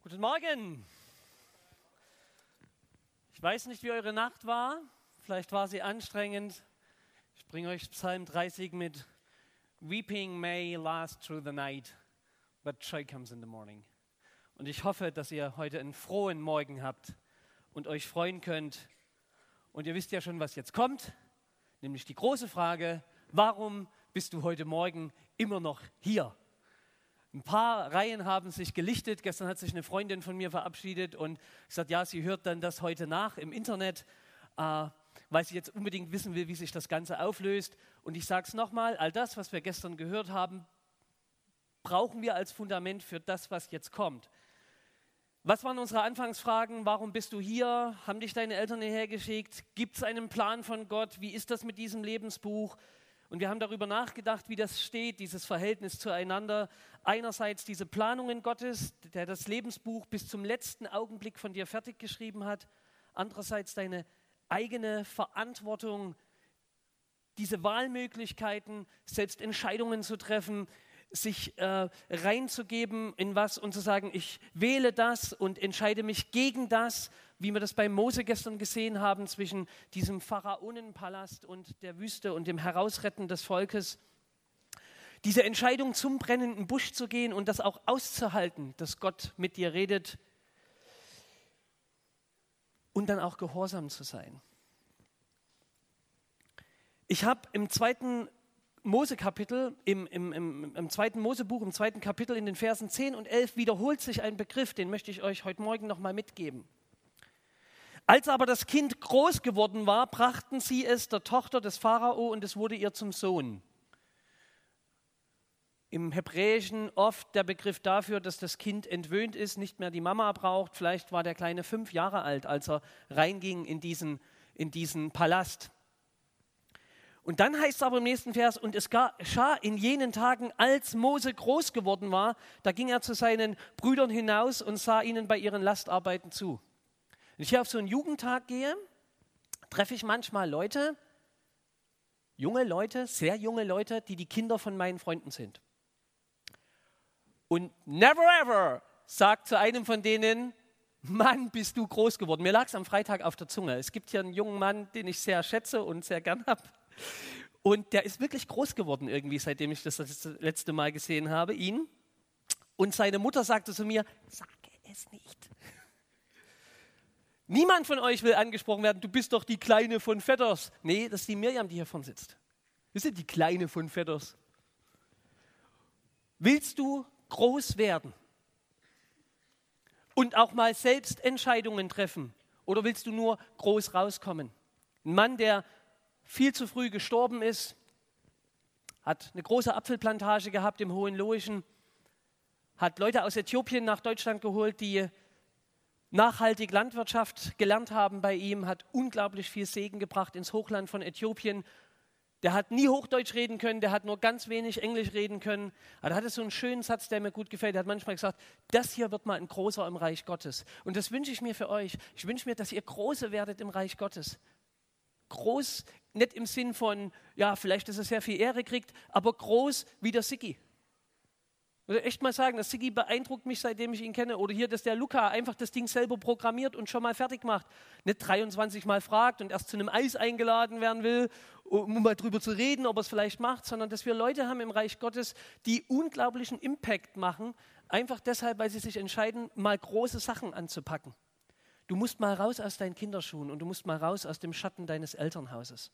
Guten Morgen. Ich weiß nicht, wie eure Nacht war. Vielleicht war sie anstrengend. Ich bringe euch Psalm 30 mit. Weeping may last through the night, but joy comes in the morning. Und ich hoffe, dass ihr heute einen frohen Morgen habt und euch freuen könnt. Und ihr wisst ja schon, was jetzt kommt, nämlich die große Frage, warum bist du heute Morgen immer noch hier? Ein paar Reihen haben sich gelichtet. Gestern hat sich eine Freundin von mir verabschiedet und gesagt, ja, sie hört dann das heute nach im Internet, weil sie jetzt unbedingt wissen will, wie sich das Ganze auflöst. Und ich sage es nochmal, all das, was wir gestern gehört haben, brauchen wir als Fundament für das, was jetzt kommt. Was waren unsere Anfangsfragen? Warum bist du hier? Haben dich deine Eltern hierher geschickt? Gibt es einen Plan von Gott? Wie ist das mit diesem Lebensbuch? Und wir haben darüber nachgedacht, wie das steht, dieses Verhältnis zueinander. Einerseits diese Planungen Gottes, der das Lebensbuch bis zum letzten Augenblick von dir fertig geschrieben hat. Andererseits deine eigene Verantwortung, diese Wahlmöglichkeiten, selbst Entscheidungen zu treffen, sich reinzugeben in was und zu sagen, ich wähle das und entscheide mich gegen das, wie wir das bei Mose gestern gesehen haben, zwischen diesem Pharaonenpalast und der Wüste und dem Herausretten des Volkes. Diese Entscheidung, zum brennenden Busch zu gehen und das auch auszuhalten, dass Gott mit dir redet und dann auch gehorsam zu sein. Ich habe im zweiten Mose-Kapitel, im zweiten Mosebuch, im zweiten Kapitel in den Versen 10 und 11 wiederholt sich ein Begriff, den möchte ich euch heute Morgen nochmal mitgeben. Als aber das Kind groß geworden war, brachten sie es der Tochter des Pharao und es wurde ihr zum Sohn. Im Hebräischen oft der Begriff dafür, dass das Kind entwöhnt ist, nicht mehr die Mama braucht. Vielleicht war der Kleine 5 Jahre alt, als er reinging in diesen Palast. Und dann heißt es aber im nächsten Vers, und es geschah in jenen Tagen, als Mose groß geworden war, da ging er zu seinen Brüdern hinaus und sah ihnen bei ihren Lastarbeiten zu. Wenn ich hier auf so einen Jugendtag gehe, treffe ich manchmal Leute, junge Leute, sehr junge Leute, die Kinder von meinen Freunden sind. Und never ever sagt zu einem von denen, Mann, bist du groß geworden. Mir lag es am Freitag auf der Zunge. Es gibt hier einen jungen Mann, den ich sehr schätze und sehr gern habe. Und der ist wirklich groß geworden irgendwie, seitdem ich das letzte Mal gesehen habe, ihn. Und seine Mutter sagte zu mir, sage es nicht. Niemand von euch will angesprochen werden, du bist doch die Kleine von Vetters. Nee, das ist die Mirjam, die hier vorne sitzt. Wir sind die Kleine von Vetters. Willst du groß werden? Und auch mal selbst Entscheidungen treffen? Oder willst du nur groß rauskommen? Ein Mann, der viel zu früh gestorben ist, hat eine große Apfelplantage gehabt im Hohenlohischen, hat Leute aus Äthiopien nach Deutschland geholt, die nachhaltig Landwirtschaft gelernt haben bei ihm, hat unglaublich viel Segen gebracht ins Hochland von Äthiopien. Der hat nie Hochdeutsch reden können, der hat nur ganz wenig Englisch reden können. Aber da hat es so einen schönen Satz, der mir gut gefällt. Er hat manchmal gesagt, das hier wird mal ein Großer im Reich Gottes. Und das wünsche ich mir für euch. Ich wünsche mir, dass ihr Große werdet im Reich Gottes. Groß, nicht im Sinn von, ja, vielleicht, dass er sehr viel Ehre kriegt, aber groß wie der Sigi. Ich muss echt mal sagen, der Sigi beeindruckt mich, seitdem ich ihn kenne. Oder hier, dass der Luca einfach das Ding selber programmiert und schon mal fertig macht. Nicht 23 Mal fragt und erst zu einem Eis eingeladen werden will, um mal drüber zu reden, ob er es vielleicht macht, sondern dass wir Leute haben im Reich Gottes, die unglaublichen Impact machen, einfach deshalb, weil sie sich entscheiden, mal große Sachen anzupacken. Du musst mal raus aus deinen Kinderschuhen und du musst mal raus aus dem Schatten deines Elternhauses.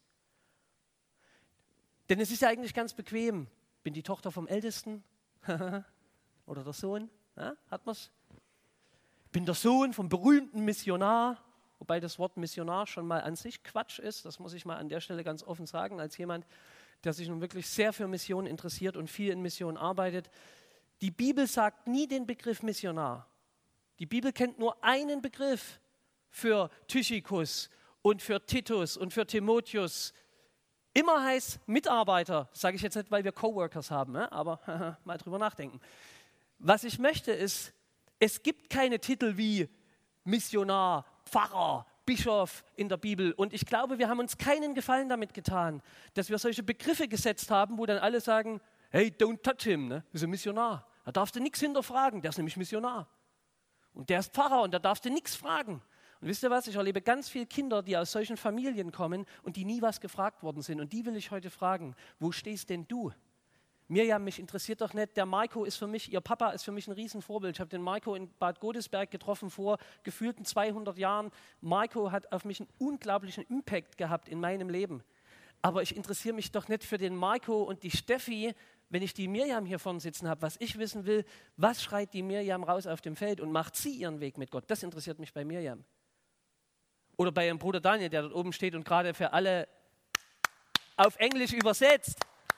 Denn es ist ja eigentlich ganz bequem. Bin die Tochter vom Ältesten oder der Sohn, ja, hat man's? Bin der Sohn vom berühmten Missionar, wobei das Wort Missionar schon mal an sich Quatsch ist, das muss ich mal an der Stelle ganz offen sagen, als jemand, der sich nun wirklich sehr für Mission interessiert und viel in Mission arbeitet. Die Bibel sagt nie den Begriff Missionar. Die Bibel kennt nur einen Begriff für Tychikus und für Titus und für Timotheus. Immer heißt Mitarbeiter, das sage ich jetzt nicht, weil wir Coworkers haben, aber mal drüber nachdenken. Was ich möchte ist, es gibt keine Titel wie Missionar, Pfarrer, Bischof in der Bibel. Und ich glaube, wir haben uns keinen Gefallen damit getan, dass wir solche Begriffe gesetzt haben, wo dann alle sagen, hey, don't touch him, ne? Das ist ein Missionar. Da darfst du nichts hinterfragen, der ist nämlich Missionar. Und der ist Pfarrer und da darfst du nichts fragen. Und wisst ihr was, ich erlebe ganz viele Kinder, die aus solchen Familien kommen und die nie was gefragt worden sind. Und die will ich heute fragen, wo stehst denn du? Mirjam, mich interessiert doch nicht, der Marco ist für mich, ihr Papa ist für mich ein Riesenvorbild. Ich habe den Marco in Bad Godesberg getroffen vor gefühlten 200 Jahren. Marco hat auf mich einen unglaublichen Impact gehabt in meinem Leben. Aber ich interessiere mich doch nicht für den Marco und die Steffi, wenn ich die Mirjam hier vorne sitzen habe. Was ich wissen will, was schreit die Mirjam raus auf dem Feld und macht sie ihren Weg mit Gott? Das interessiert mich bei Mirjam. Oder bei ihrem Bruder Daniel, der dort oben steht und gerade für alle auf Englisch übersetzt.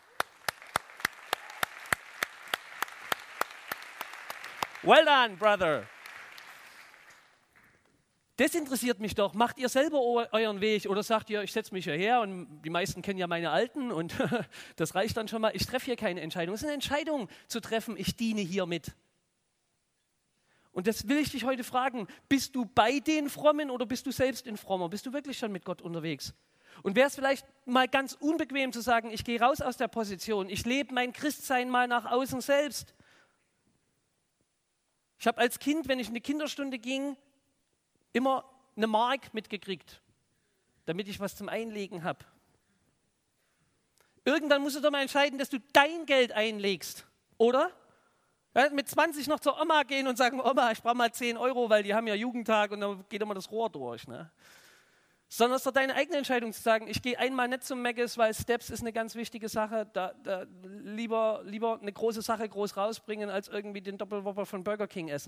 Well done, brother. Das interessiert mich doch. Macht ihr selber euren Weg oder sagt ihr, ich setze mich hierher und die meisten kennen ja meine Alten und das reicht dann schon mal. Ich treffe hier keine Entscheidung. Es ist eine Entscheidung zu treffen, ich diene hier mit. Und das will ich dich heute fragen, bist du bei den Frommen oder bist du selbst ein Frommer? Bist du wirklich schon mit Gott unterwegs? Und wäre es vielleicht mal ganz unbequem zu sagen, ich gehe raus aus der Position, ich lebe mein Christsein mal nach außen selbst. Ich habe als Kind, wenn ich in die Kinderstunde ging, immer eine Mark mitgekriegt, damit ich was zum Einlegen habe. Irgendwann musst du doch mal entscheiden, dass du dein Geld einlegst, oder? Ja, mit 20 noch zur Oma gehen und sagen, Oma, ich brauche mal 10 €, weil die haben ja Jugendtag und dann geht immer das Rohr durch. Ne? Sondern es ist doch deine eigene Entscheidung zu sagen, ich gehe einmal nicht zum Mc's, weil Steps ist eine ganz wichtige Sache. Lieber eine große Sache groß rausbringen, als irgendwie den Doppelwhopper von Burger King essen.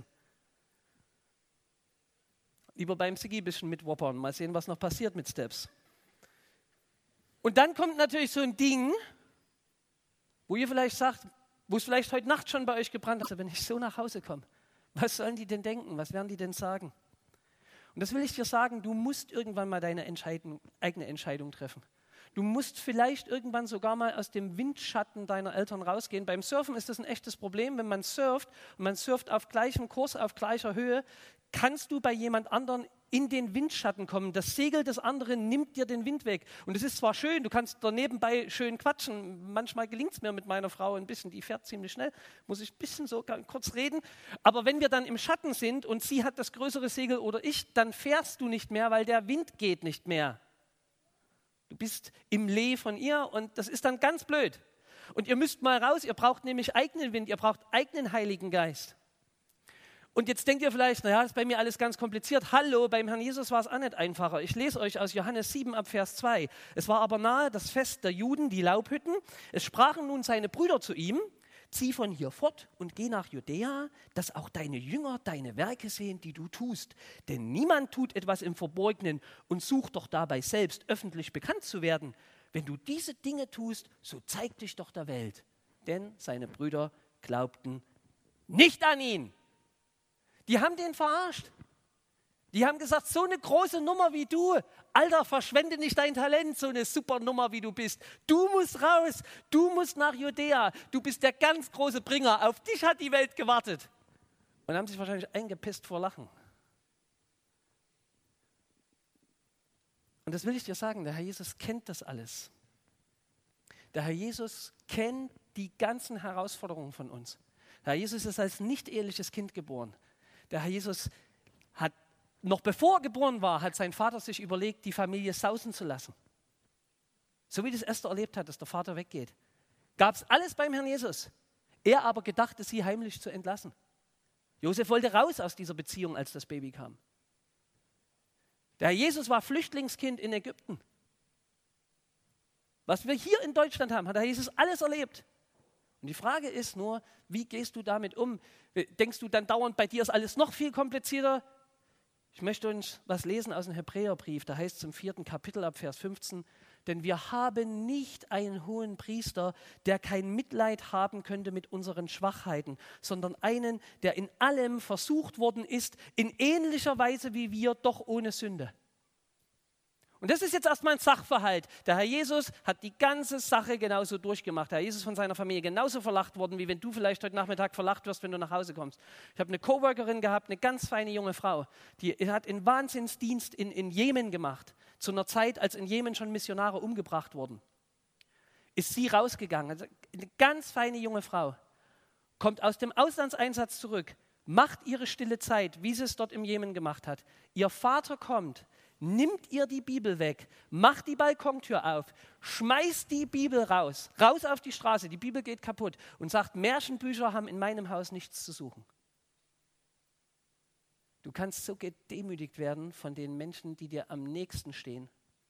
Lieber beim Siggi ein bisschen mitwoppern, mal sehen, was noch passiert mit Steps. Und dann kommt natürlich so ein Ding, wo ihr vielleicht sagt, wo es vielleicht heute Nacht schon bei euch gebrannt hat, wenn ich so nach Hause komme, was sollen die denn denken, was werden die denn sagen? Und das will ich dir sagen, du musst irgendwann mal deine eigene Entscheidung treffen. Du musst vielleicht irgendwann sogar mal aus dem Windschatten deiner Eltern rausgehen. Beim Surfen ist das ein echtes Problem, wenn man surft und man surft auf gleichem Kurs, auf gleicher Höhe, kannst du bei jemand anderen in den Windschatten kommen. Das Segel des anderen nimmt dir den Wind weg. Und es ist zwar schön, du kannst da nebenbei schön quatschen. Manchmal gelingt es mir mit meiner Frau ein bisschen, die fährt ziemlich schnell, muss ich ein bisschen so kurz reden. Aber wenn wir dann im Schatten sind und sie hat das größere Segel oder ich, dann fährst du nicht mehr, weil der Wind geht nicht mehr. Du bist im Lee von ihr und das ist dann ganz blöd. Und ihr müsst mal raus, ihr braucht nämlich eigenen Wind, ihr braucht eigenen Heiligen Geist. Und jetzt denkt ihr vielleicht, naja, das ist bei mir alles ganz kompliziert. Hallo, beim Herrn Jesus war es auch nicht einfacher. Ich lese euch aus Johannes 7 ab Vers 2. Es war aber nahe das Fest der Juden, die Laubhütten. Es sprachen nun seine Brüder zu ihm, zieh von hier fort und geh nach Judäa, dass auch deine Jünger deine Werke sehen, die du tust. Denn niemand tut etwas im Verborgenen und sucht doch dabei selbst öffentlich bekannt zu werden. Wenn du diese Dinge tust, so zeig dich doch der Welt. Denn seine Brüder glaubten nicht an ihn. Die haben den verarscht. Die haben gesagt, so eine große Nummer wie du, Alter, verschwende nicht dein Talent, so eine super Nummer wie du bist. Du musst raus, du musst nach Judäa, du bist der ganz große Bringer, auf dich hat die Welt gewartet. Und haben sich wahrscheinlich eingepisst vor Lachen. Und das will ich dir sagen, der Herr Jesus kennt das alles. Der Herr Jesus kennt die ganzen Herausforderungen von uns. Der Herr Jesus ist als nicht-eheliches Kind geboren. Der Herr Jesus hat, noch bevor er geboren war, hat sein Vater sich überlegt, die Familie sausen zu lassen. So wie das Esther erlebt hat, dass der Vater weggeht. Gab es alles beim Herrn Jesus. Er aber gedachte, sie heimlich zu entlassen. Josef wollte raus aus dieser Beziehung, als das Baby kam. Der Herr Jesus war Flüchtlingskind in Ägypten. Was wir hier in Deutschland haben, hat der Herr Jesus alles erlebt. Und die Frage ist nur, wie gehst du damit um? Denkst du dann dauernd, bei dir ist alles noch viel komplizierter? Ich möchte uns was lesen aus dem Hebräerbrief, da heißt es im 4. Kapitel ab Vers 15, denn wir haben nicht einen hohen Priester, der kein Mitleid haben könnte mit unseren Schwachheiten, sondern einen, der in allem versucht worden ist, in ähnlicher Weise wie wir, doch ohne Sünde. Und das ist jetzt erstmal ein Sachverhalt. Der Herr Jesus hat die ganze Sache genauso durchgemacht. Der Herr Jesus ist von seiner Familie genauso verlacht worden, wie wenn du vielleicht heute Nachmittag verlacht wirst, wenn du nach Hause kommst. Ich habe eine Coworkerin gehabt, eine ganz feine junge Frau, die hat einen Wahnsinnsdienst in Jemen gemacht. Zu einer Zeit, als in Jemen schon Missionare umgebracht wurden. Ist sie rausgegangen. Also eine ganz feine junge Frau. Kommt aus dem Auslandseinsatz zurück. macht ihre stille Zeit, wie sie es dort im Jemen gemacht hat. Ihr Vater kommt, nimmt ihr die Bibel weg, macht die Balkontür auf, schmeißt die Bibel raus auf die Straße, die Bibel geht kaputt und sagt, Märchenbücher haben in meinem Haus nichts zu suchen. Du kannst so gedemütigt werden von den Menschen, die dir am nächsten stehen.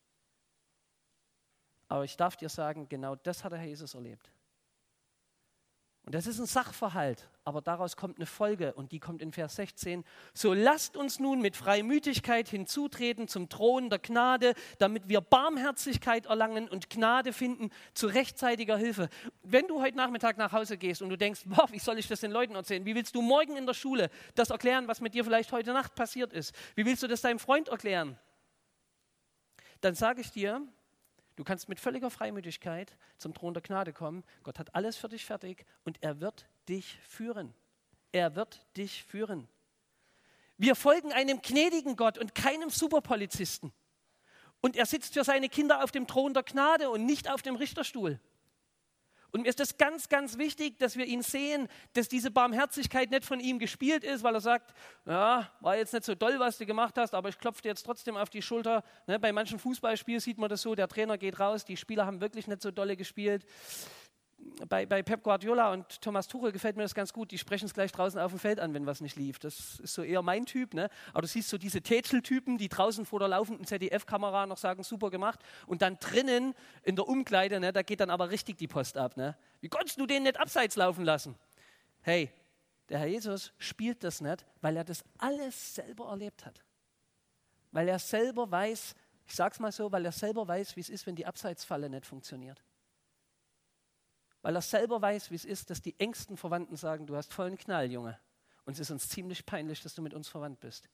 Aber ich darf dir sagen, genau das hat der Herr Jesus erlebt. Und das ist ein Sachverhalt, aber daraus kommt eine Folge und die kommt in Vers 16. So lasst uns nun mit Freimütigkeit hinzutreten zum Thron der Gnade, damit wir Barmherzigkeit erlangen und Gnade finden zu rechtzeitiger Hilfe. Wenn du heute Nachmittag nach Hause gehst und du denkst, boah, wie soll ich das den Leuten erzählen? Wie willst du morgen in der Schule das erklären, was mit dir vielleicht heute Nacht passiert ist? Wie willst du das deinem Freund erklären? Dann sage ich dir, du kannst mit völliger Freimütigkeit zum Thron der Gnade kommen. Gott hat alles für dich fertig und er wird dich führen. Er wird dich führen. Wir folgen einem gnädigen Gott und keinem Superpolizisten. Und er sitzt für seine Kinder auf dem Thron der Gnade und nicht auf dem Richterstuhl. Und mir ist das ganz, ganz wichtig, dass wir ihn sehen, dass diese Barmherzigkeit nicht von ihm gespielt ist, weil er sagt, ja, war jetzt nicht so doll, was du gemacht hast, aber ich klopfe dir jetzt trotzdem auf die Schulter. Ne, bei manchen Fußballspielen sieht man das so, der Trainer geht raus, die Spieler haben wirklich nicht so dolle gespielt. Bei Pep Guardiola und Thomas Tuchel gefällt mir das ganz gut, die sprechen es gleich draußen auf dem Feld an, wenn was nicht lief. Das ist so eher mein Typ. Ne? Aber du siehst so diese Tätscheltypen, die draußen vor der laufenden ZDF-Kamera noch sagen, super gemacht. Und dann drinnen in der Umkleide, ne, da geht dann aber richtig die Post ab. Ne? Wie konntest du den nicht abseits laufen lassen? Hey, der Herr Jesus spielt das nicht, weil er das alles selber erlebt hat. Weil er selber weiß, ich sag's mal so, weil er selber weiß, wie es ist, wenn die Abseitsfalle nicht funktioniert. Weil er selber weiß, wie es ist, dass die engsten Verwandten sagen, du hast vollen Knall, Junge. Und es ist uns ziemlich peinlich, dass du mit uns verwandt bist.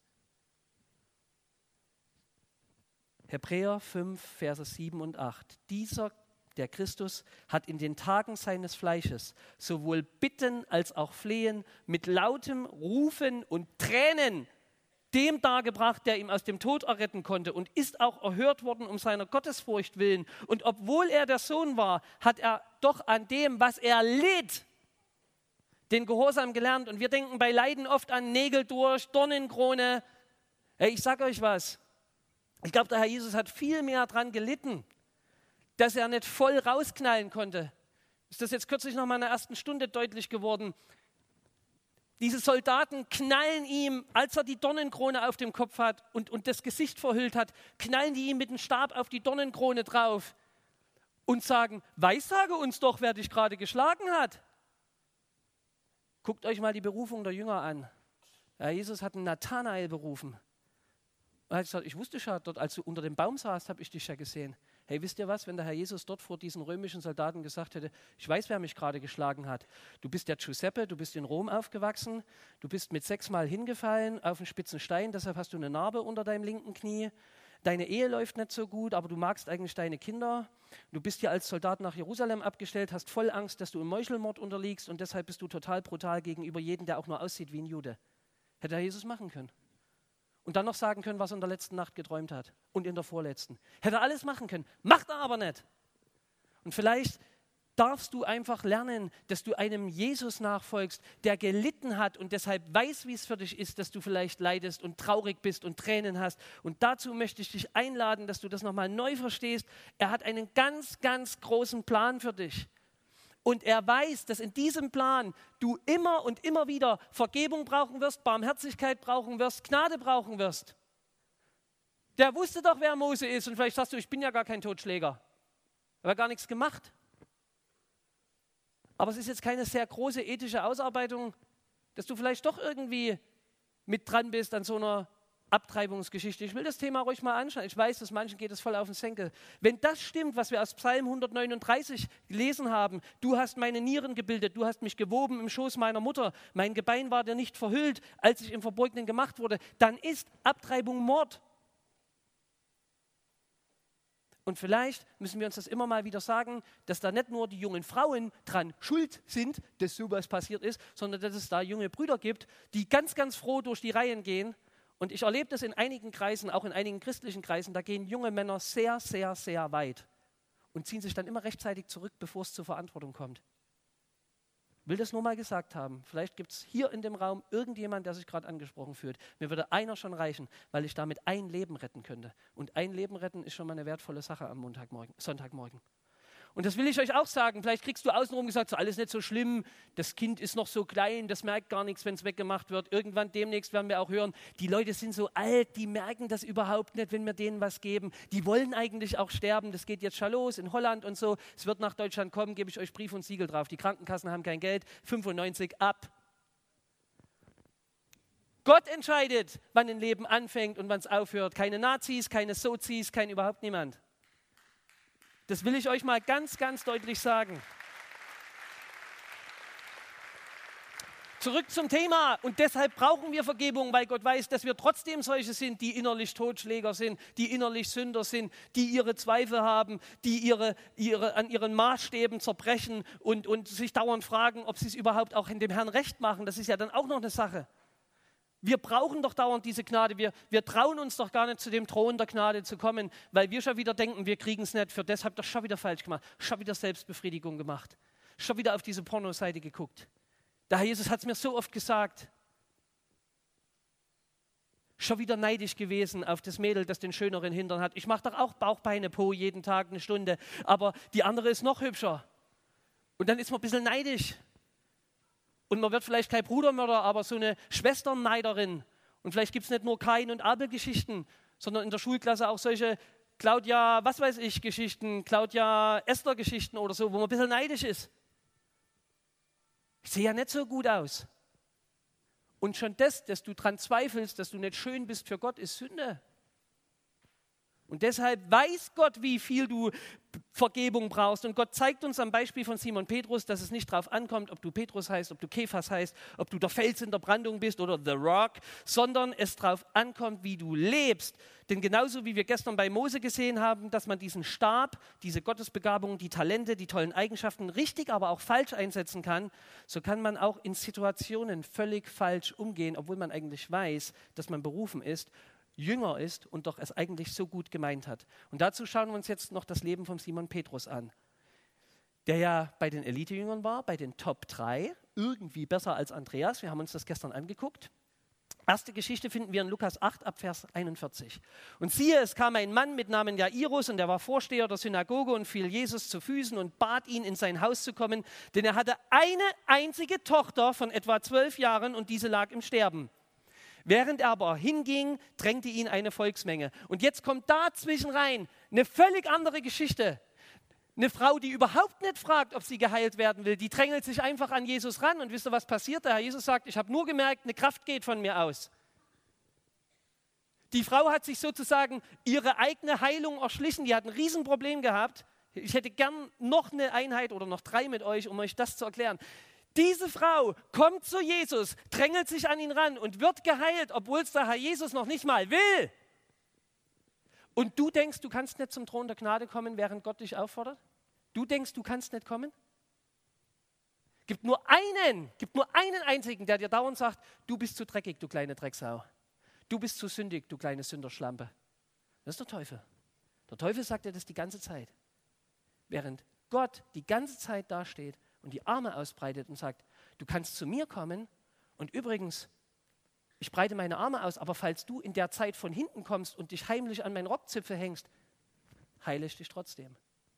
Hebräer 5, Verse 7 und 8. Dieser, der Christus, hat in den Tagen seines Fleisches sowohl Bitten als auch Flehen mit lautem Rufen und Tränen dem dargebracht, der ihm aus dem Tod erretten konnte und ist auch erhört worden um seiner Gottesfurcht willen. Und obwohl er der Sohn war, hat er doch an dem, was er litt, den Gehorsam gelernt. Und wir denken bei Leiden oft an Nägel durch, Dornenkrone. Hey, ich sage euch was. Ich glaube, der Herr Jesus hat viel mehr daran gelitten, dass er nicht voll rausknallen konnte. Ist das jetzt kürzlich noch mal in der ersten Stunde deutlich geworden? Diese Soldaten knallen ihm, als er die Dornenkrone auf dem Kopf hat und das Gesicht verhüllt hat, knallen die ihm mit dem Stab auf die Dornenkrone drauf und sagen, weissage uns doch, wer dich gerade geschlagen hat. Guckt euch mal die Berufung der Jünger an. Ja, Jesus hat einen Nathanael berufen. Er hat gesagt, ich wusste schon, dort, als du unter dem Baum saßt, habe ich dich ja gesehen. Hey, wisst ihr was, wenn der Herr Jesus dort vor diesen römischen Soldaten gesagt hätte, ich weiß, wer mich gerade geschlagen hat. Du bist der Giuseppe, du bist in Rom aufgewachsen, du bist mit 6-mal hingefallen auf einen spitzen Stein, deshalb hast du eine Narbe unter deinem linken Knie. Deine Ehe läuft nicht so gut, aber du magst eigentlich deine Kinder. Du bist hier als Soldat nach Jerusalem abgestellt, hast voll Angst, dass du im Meuchelmord unterliegst und deshalb bist du total brutal gegenüber jedem, der auch nur aussieht wie ein Jude. Hätte der Herr Jesus machen können. Und dann noch sagen können, was er in der letzten Nacht geträumt hat und in der vorletzten. Hätte er alles machen können, macht er aber nicht. Und vielleicht darfst du einfach lernen, dass du einem Jesus nachfolgst, der gelitten hat und deshalb weiß, wie es für dich ist, dass du vielleicht leidest und traurig bist und Tränen hast. Und dazu möchte ich dich einladen, dass du das nochmal neu verstehst. Er hat einen ganz, ganz großen Plan für dich. Und er weiß, dass in diesem Plan du immer und immer wieder Vergebung brauchen wirst, Barmherzigkeit brauchen wirst, Gnade brauchen wirst. Der wusste doch, wer Mose ist. Und vielleicht sagst du, ich bin ja gar kein Totschläger. Er hat gar nichts gemacht. Aber es ist jetzt keine sehr große ethische Ausarbeitung, dass du vielleicht doch irgendwie mit dran bist an so einer Abtreibungsgeschichte. Ich will das Thema ruhig mal anschauen. Ich weiß, dass manchen geht es voll auf den Senkel. Wenn das stimmt, was wir aus Psalm 139 gelesen haben, du hast meine Nieren gebildet, du hast mich gewoben im Schoß meiner Mutter, mein Gebein war dir nicht verhüllt, als ich im Verborgenen gemacht wurde, dann ist Abtreibung Mord. Und vielleicht müssen wir uns das immer mal wieder sagen, dass da nicht nur die jungen Frauen dran schuld sind, dass sowas passiert ist, sondern dass es da junge Brüder gibt, die ganz, ganz froh durch die Reihen gehen. Und ich erlebe das in einigen Kreisen, auch in einigen christlichen Kreisen, da gehen junge Männer sehr, sehr, sehr weit und ziehen sich dann immer rechtzeitig zurück, bevor es zur Verantwortung kommt. Will das nur mal gesagt haben. Vielleicht gibt es hier in dem Raum irgendjemand, der sich gerade angesprochen fühlt. Mir würde einer schon reichen, weil ich damit ein Leben retten könnte. Und ein Leben retten ist schon mal eine wertvolle Sache am Sonntagmorgen. Und das will ich euch auch sagen. Vielleicht kriegst du außenrum gesagt, so alles nicht so schlimm. Das Kind ist noch so klein, das merkt gar nichts, wenn es weggemacht wird. Irgendwann demnächst werden wir auch hören, die Leute sind so alt, die merken das überhaupt nicht, wenn wir denen was geben. Die wollen eigentlich auch sterben. Das geht jetzt schon los in Holland und so. Es wird nach Deutschland kommen, gebe ich euch Brief und Siegel drauf. Die Krankenkassen haben kein Geld. 95 ab. Gott entscheidet, wann ein Leben anfängt und wann es aufhört. Keine Nazis, keine Sozis, kein überhaupt niemand. Das will ich euch mal ganz, ganz deutlich sagen. Zurück zum Thema. Und deshalb brauchen wir Vergebung, weil Gott weiß, dass wir trotzdem solche sind, die innerlich Totschläger sind, die innerlich Sünder sind, die ihre Zweifel haben, die an ihren Maßstäben zerbrechen und sich dauernd fragen, ob sie es überhaupt auch in dem Herrn recht machen. Das ist ja dann auch noch eine Sache. Wir brauchen doch dauernd diese Gnade. Wir trauen uns doch gar nicht, zu dem Thron der Gnade zu kommen, weil wir schon wieder denken, wir kriegen es nicht. Für das habt ihr schon wieder falsch gemacht, schon wieder Selbstbefriedigung gemacht, schon wieder auf diese Pornoseite geguckt. Der Herr Jesus hat es mir so oft gesagt. Schon wieder neidisch gewesen auf das Mädel, das den schöneren Hintern hat. Ich mache doch auch Bauchbeine, Po jeden Tag eine Stunde, aber die andere ist noch hübscher. Und dann ist man ein bisschen neidisch. Und man wird vielleicht kein Brudermörder, aber so eine Schwesternneiderin. Und vielleicht gibt es nicht nur Kain- und Abel-Geschichten, sondern in der Schulklasse auch solche Claudia, was weiß ich, Geschichten, Claudia Esther-Geschichten oder so, wo man ein bisschen neidisch ist. Ich sehe ja nicht so gut aus. Und schon das, dass du dran zweifelst, dass du nicht schön bist für Gott, ist Sünde. Und deshalb weiß Gott, wie viel du Vergebung brauchst. Und Gott zeigt uns am Beispiel von Simon Petrus, dass es nicht darauf ankommt, ob du Petrus heißt, ob du Kephas heißt, ob du der Fels in der Brandung bist oder The Rock, sondern es darauf ankommt, wie du lebst. Denn genauso wie wir gestern bei Mose gesehen haben, dass man diesen Stab, diese Gottesbegabung, die Talente, die tollen Eigenschaften richtig, aber auch falsch einsetzen kann, so kann man auch in Situationen völlig falsch umgehen, obwohl man eigentlich weiß, dass man berufen ist, Jünger ist und doch es eigentlich so gut gemeint hat. Und dazu schauen wir uns jetzt noch das Leben von Simon Petrus an, der ja bei den Elite-Jüngern war, bei den Top 3, irgendwie besser als Andreas. Wir haben uns das gestern angeguckt. Erste Geschichte finden wir in Lukas 8 ab Vers 41. Und siehe, es kam ein Mann mit Namen Jairus und der war Vorsteher der Synagoge und fiel Jesus zu Füßen und bat ihn, in sein Haus zu kommen, denn er hatte eine einzige Tochter von etwa 12 Jahren und diese lag im Sterben. Während er aber hinging, drängte ihn eine Volksmenge. Und jetzt kommt dazwischen rein eine völlig andere Geschichte. Eine Frau, die überhaupt nicht fragt, ob sie geheilt werden will, die drängelt sich einfach an Jesus ran. Und wisst ihr, was passiert? Der Herr Jesus sagt, ich habe nur gemerkt, eine Kraft geht von mir aus. Die Frau hat sich sozusagen ihre eigene Heilung erschlichen. Die hat ein Riesenproblem gehabt. Ich hätte gern noch eine Einheit oder noch 3 mit euch, um euch das zu erklären. Diese Frau kommt zu Jesus, drängelt sich an ihn ran und wird geheilt, obwohl es der Herr Jesus noch nicht mal will. Und du denkst, du kannst nicht zum Thron der Gnade kommen, während Gott dich auffordert? Du denkst, du kannst nicht kommen? Gibt nur einen einzigen, der dir dauernd sagt, du bist zu dreckig, du kleine Drecksau. Du bist zu sündig, du kleine Sünderschlampe. Das ist der Teufel. Der Teufel sagt dir das die ganze Zeit. Während Gott die ganze Zeit dasteht und die Arme ausbreitet und sagt, du kannst zu mir kommen und übrigens, ich breite meine Arme aus, aber falls du in der Zeit von hinten kommst und dich heimlich an meinen Rockzipfel hängst, heile ich dich trotzdem.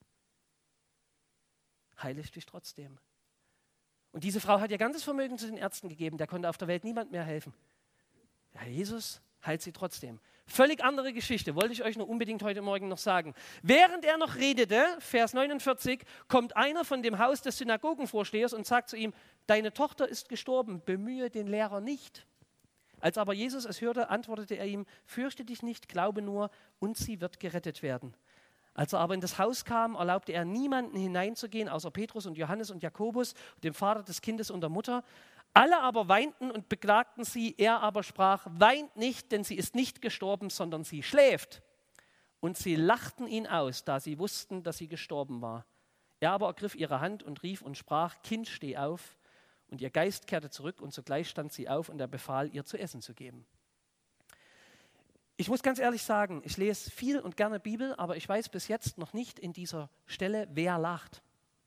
Heile ich dich trotzdem. Und diese Frau hat ihr ganzes Vermögen zu den Ärzten gegeben, der konnte auf der Welt niemand mehr helfen. Der Herr Jesus heilt sie trotzdem. Völlig andere Geschichte, wollte ich euch nur unbedingt heute Morgen noch sagen. Während er noch redete, Vers 49, kommt einer von dem Haus des Synagogenvorstehers und sagt zu ihm, deine Tochter ist gestorben, bemühe den Lehrer nicht. Als aber Jesus es hörte, antwortete er ihm, fürchte dich nicht, glaube nur, und sie wird gerettet werden. Als er aber in das Haus kam, erlaubte er niemanden hineinzugehen, außer Petrus und Johannes und Jakobus, dem Vater des Kindes und der Mutter. Alle aber weinten und beklagten sie, er aber sprach, weint nicht, denn sie ist nicht gestorben, sondern sie schläft. Und sie lachten ihn aus, da sie wussten, dass sie gestorben war. Er aber ergriff ihre Hand und rief und sprach, Kind, steh auf. Und ihr Geist kehrte zurück und sogleich stand sie auf und er befahl, ihr zu essen zu geben. Ich muss ganz ehrlich sagen, ich lese viel und gerne Bibel, aber ich weiß bis jetzt noch nicht in dieser Stelle, wer lacht.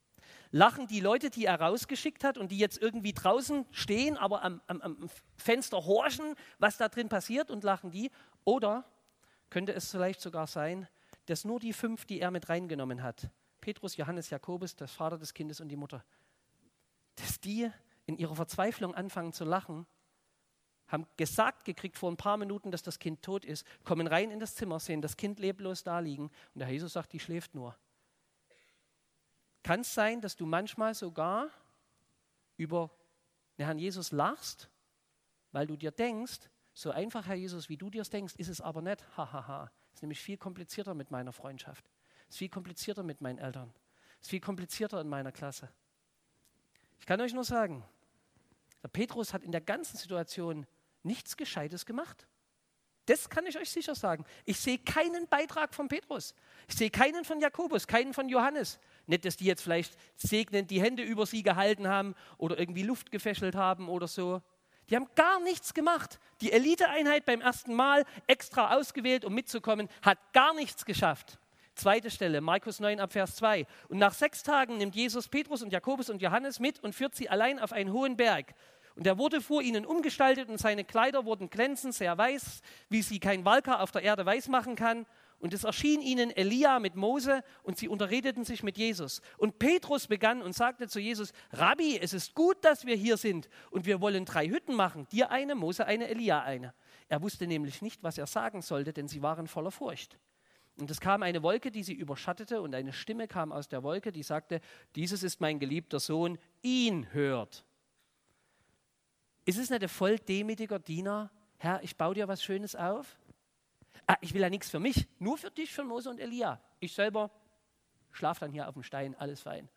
Lachen die Leute, die er rausgeschickt hat und die jetzt irgendwie draußen stehen, aber am Fenster horchen, was da drin passiert, und lachen die? Oder könnte es vielleicht sogar sein, dass nur die 5, die er mit reingenommen hat, Petrus, Johannes, Jakobus, der Vater des Kindes und die Mutter, dass die in ihrer Verzweiflung anfangen zu lachen, haben gesagt gekriegt vor ein paar Minuten, dass das Kind tot ist, kommen rein in das Zimmer, sehen das Kind leblos da liegen und der Herr Jesus sagt, die schläft nur. Kann es sein, dass du manchmal sogar über den Herrn Jesus lachst, weil du dir denkst, so einfach, Herr Jesus, wie du dir denkst, ist es aber nicht. Hahaha. Ist nämlich viel komplizierter mit meiner Freundschaft. Ist viel komplizierter mit meinen Eltern. Ist viel komplizierter in meiner Klasse. Ich kann euch nur sagen, der Petrus hat in der ganzen Situation nichts Gescheites gemacht. Das kann ich euch sicher sagen. Ich sehe keinen Beitrag von Petrus. Ich sehe keinen von Jakobus, keinen von Johannes. Nicht, dass die jetzt vielleicht segnend die Hände über sie gehalten haben oder irgendwie Luft gefächelt haben oder so. Die haben gar nichts gemacht. Die Eliteeinheit beim ersten Mal, extra ausgewählt, um mitzukommen, hat gar nichts geschafft. Zweite Stelle, Markus 9 ab Vers 2. Und nach 6 Tagen nimmt Jesus Petrus und Jakobus und Johannes mit und führt sie allein auf einen hohen Berg. Und er wurde vor ihnen umgestaltet und seine Kleider wurden glänzend, sehr weiß, wie sie kein Walker auf der Erde weiß machen kann. Und es erschien ihnen Elia mit Mose und sie unterredeten sich mit Jesus. Und Petrus begann und sagte zu Jesus, Rabbi, es ist gut, dass wir hier sind und wir wollen 3 Hütten machen, dir eine, Mose eine, Elia eine. Er wusste nämlich nicht, was er sagen sollte, denn sie waren voller Furcht. Und es kam eine Wolke, die sie überschattete und eine Stimme kam aus der Wolke, die sagte, dieses ist mein geliebter Sohn, ihn hört. Ist es nicht ein voll demütiger Diener? Herr, ich baue dir was Schönes auf. Ich will ja nichts für mich, nur für dich, für Mose und Elia. Ich selber schlafe dann hier auf dem Stein, alles fein.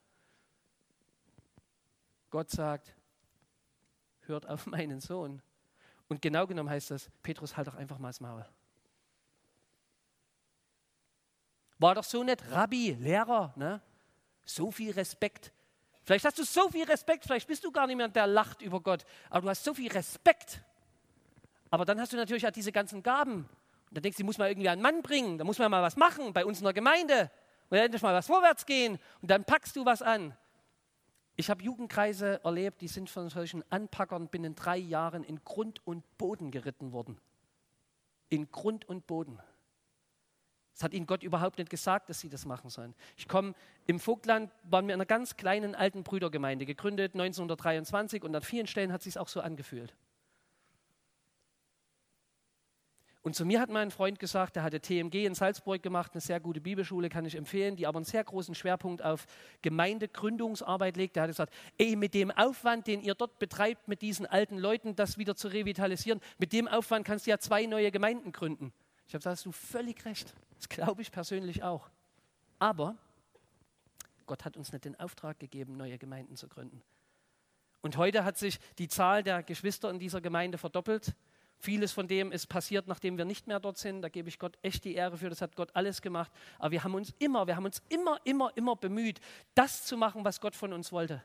Gott sagt, hört auf meinen Sohn. Und genau genommen heißt das, Petrus, halt doch einfach mal das Maul. War doch so nett, Rabbi, Lehrer, ne? So viel Respekt. Vielleicht hast du so viel Respekt, vielleicht bist du gar nicht mehr der lacht über Gott, aber du hast so viel Respekt. Aber dann hast du natürlich auch diese ganzen Gaben. Und dann denkst du, die muss man irgendwie an einen Mann bringen, da muss man mal was machen bei uns in der Gemeinde und dann endlich mal was vorwärts gehen und dann packst du was an. Ich habe Jugendkreise erlebt, die sind von solchen Anpackern binnen 3 Jahren in Grund und Boden geritten worden. In Grund und Boden. Das hat ihnen Gott überhaupt nicht gesagt, dass sie das machen sollen. Ich komme im Vogtland, waren wir in einer ganz kleinen alten Brüdergemeinde, gegründet 1923 und an vielen Stellen hat es sich auch so angefühlt. Und zu mir hat mein Freund gesagt, der hatte TMG in Salzburg gemacht, eine sehr gute Bibelschule, kann ich empfehlen, die aber einen sehr großen Schwerpunkt auf Gemeindegründungsarbeit legt. Der hat gesagt, mit dem Aufwand, den ihr dort betreibt, mit diesen alten Leuten, das wieder zu revitalisieren, mit dem Aufwand kannst du ja 2 neue Gemeinden gründen. Ich habe gesagt, hast du völlig recht. Das glaube ich persönlich auch. Aber Gott hat uns nicht den Auftrag gegeben, neue Gemeinden zu gründen. Und heute hat sich die Zahl der Geschwister in dieser Gemeinde verdoppelt. Vieles von dem ist passiert, nachdem wir nicht mehr dort sind. Da gebe ich Gott echt die Ehre für, das hat Gott alles gemacht. Aber wir haben uns immer bemüht, das zu machen, was Gott von uns wollte.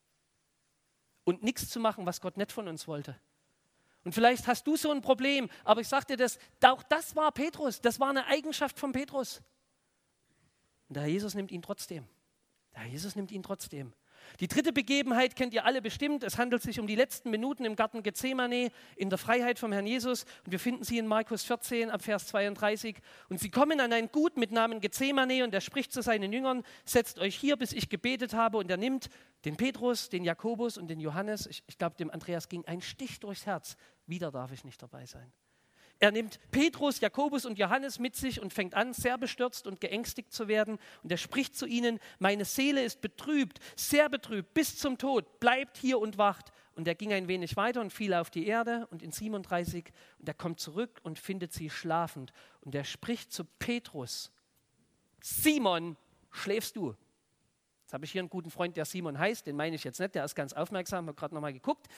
Und nichts zu machen, was Gott nicht von uns wollte. Und vielleicht hast du so ein Problem, aber ich sage dir das, auch das war Petrus, das war eine Eigenschaft von Petrus. Und der Herr Jesus nimmt ihn trotzdem. Der Herr Jesus nimmt ihn trotzdem. Die 3. Begebenheit kennt ihr alle bestimmt. Es handelt sich um die letzten Minuten im Garten Gethsemane in der Freiheit vom Herrn Jesus. Und wir finden sie in Markus 14 ab Vers 32. Und sie kommen an ein Gut mit Namen Gethsemane und er spricht zu seinen Jüngern, setzt euch hier, bis ich gebetet habe. Und er nimmt den Petrus, den Jakobus und den Johannes. Ich glaube, dem Andreas ging ein Stich durchs Herz. Wieder darf ich nicht dabei sein. Er nimmt Petrus, Jakobus und Johannes mit sich und fängt an, sehr bestürzt und geängstigt zu werden. Und er spricht zu ihnen, meine Seele ist betrübt, sehr betrübt, bis zum Tod. Bleibt hier und wacht. Und er ging ein wenig weiter und fiel auf die Erde. Und in 37, und er kommt zurück und findet sie schlafend. Und er spricht zu Petrus, Simon, schläfst du? Jetzt habe ich hier einen guten Freund, der Simon heißt. Den meine ich jetzt nicht, der ist ganz aufmerksam, habe gerade nochmal geguckt.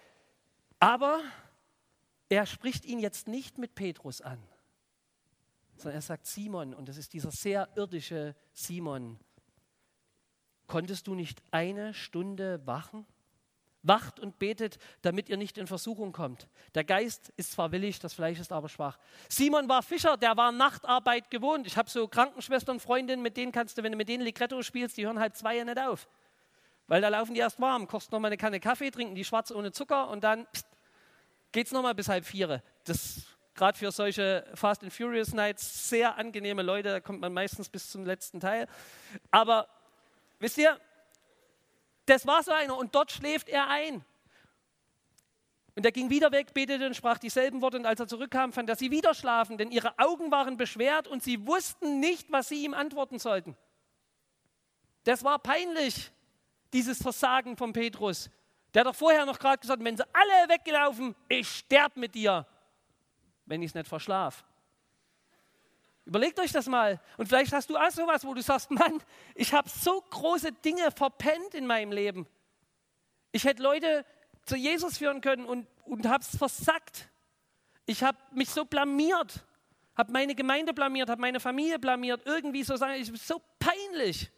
Aber er spricht ihn jetzt nicht mit Petrus an, sondern er sagt Simon, und das ist dieser sehr irdische Simon. Konntest du nicht 1 Stunde wachen? Wacht und betet, damit ihr nicht in Versuchung kommt. Der Geist ist zwar willig, das Fleisch ist aber schwach. Simon war Fischer, der war Nachtarbeit gewohnt. Ich habe so Krankenschwestern, Freundinnen, mit denen kannst du, wenn du mit denen Ligretto spielst, die hören 1:30 nicht auf. Weil da laufen die erst warm, kochst noch mal eine Kanne Kaffee, trinken die schwarz ohne Zucker und dann geht es noch mal bis 3:30. Das gerade für solche Fast and Furious Nights sehr angenehme Leute, da kommt man meistens bis zum letzten Teil. Aber wisst ihr, das war so einer und dort schläft er ein. Und er ging wieder weg, betete und sprach dieselben Worte und als er zurückkam, fand er sie wieder schlafen, denn ihre Augen waren beschwert und sie wussten nicht, was sie ihm antworten sollten. Das war peinlich, dieses Versagen von Petrus. Der hat doch vorher noch gerade gesagt, wenn sie alle weggelaufen, ich sterbe mit dir, wenn ich es nicht verschlafe. Überlegt euch das mal. Und vielleicht hast du auch sowas, wo du sagst, Mann, ich habe so große Dinge verpennt in meinem Leben. Ich hätte Leute zu Jesus führen können und habe es versackt. Ich habe mich so blamiert, habe meine Gemeinde blamiert, habe meine Familie blamiert, irgendwie so sagen, ich bin so peinlich.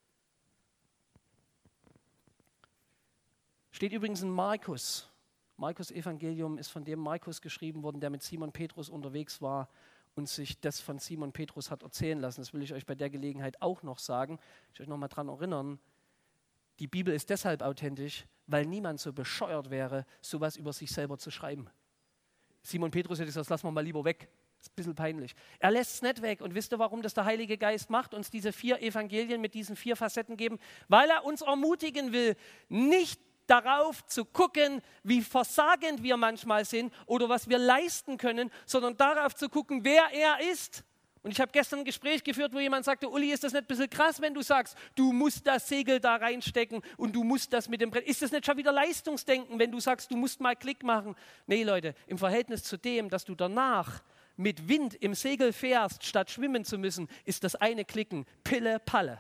Steht übrigens in Markus. Markus Evangelium ist von dem Markus geschrieben worden, der mit Simon Petrus unterwegs war und sich das von Simon Petrus hat erzählen lassen. Das will ich euch bei der Gelegenheit auch noch sagen. Ich will euch noch mal daran erinnern, die Bibel ist deshalb authentisch, weil niemand so bescheuert wäre, sowas über sich selber zu schreiben. Simon Petrus hätte gesagt, das lassen wir mal lieber weg. Das ist ein bisschen peinlich. Er lässt es nicht weg. Und wisst ihr, warum das der Heilige Geist macht? Uns diese 4 Evangelien mit diesen 4 Facetten geben? Weil er uns ermutigen will, nicht darauf zu gucken, wie versagend wir manchmal sind oder was wir leisten können, sondern darauf zu gucken, wer er ist. Und ich habe gestern ein Gespräch geführt, wo jemand sagte, Uli, ist das nicht ein bisschen krass, wenn du sagst, du musst das Segel da reinstecken und du musst das mit dem Brett. Ist das nicht schon wieder Leistungsdenken, wenn du sagst, du musst mal Klick machen? Nee, Leute, im Verhältnis zu dem, dass du danach mit Wind im Segel fährst, statt schwimmen zu müssen, ist das eine Klicken Pille Palle.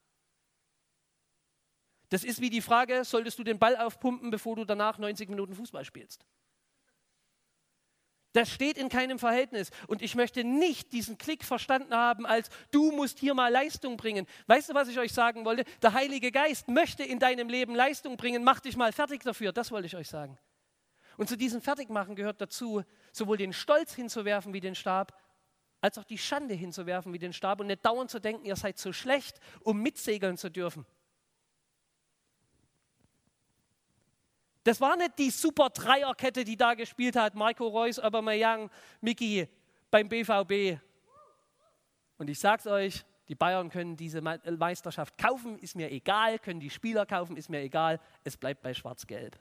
Das ist wie die Frage, solltest du den Ball aufpumpen, bevor du danach 90 Minuten Fußball spielst? Das steht in keinem Verhältnis. Und ich möchte nicht diesen Klick verstanden haben, als du musst hier mal Leistung bringen. Weißt du, was ich euch sagen wollte? Der Heilige Geist möchte in deinem Leben Leistung bringen. Mach dich mal fertig dafür. Das wollte ich euch sagen. Und zu diesem Fertigmachen gehört dazu, sowohl den Stolz hinzuwerfen wie den Stab, als auch die Schande hinzuwerfen wie den Stab und nicht dauernd zu denken, ihr seid so schlecht, um mitsegeln zu dürfen. Das war nicht die super Dreierkette, die da gespielt hat. Marco Reus, Aubameyang, Mickey beim BVB. Und ich sag's euch, die Bayern können diese Meisterschaft kaufen, ist mir egal. Können die Spieler kaufen, ist mir egal. Es bleibt bei Schwarz-Gelb.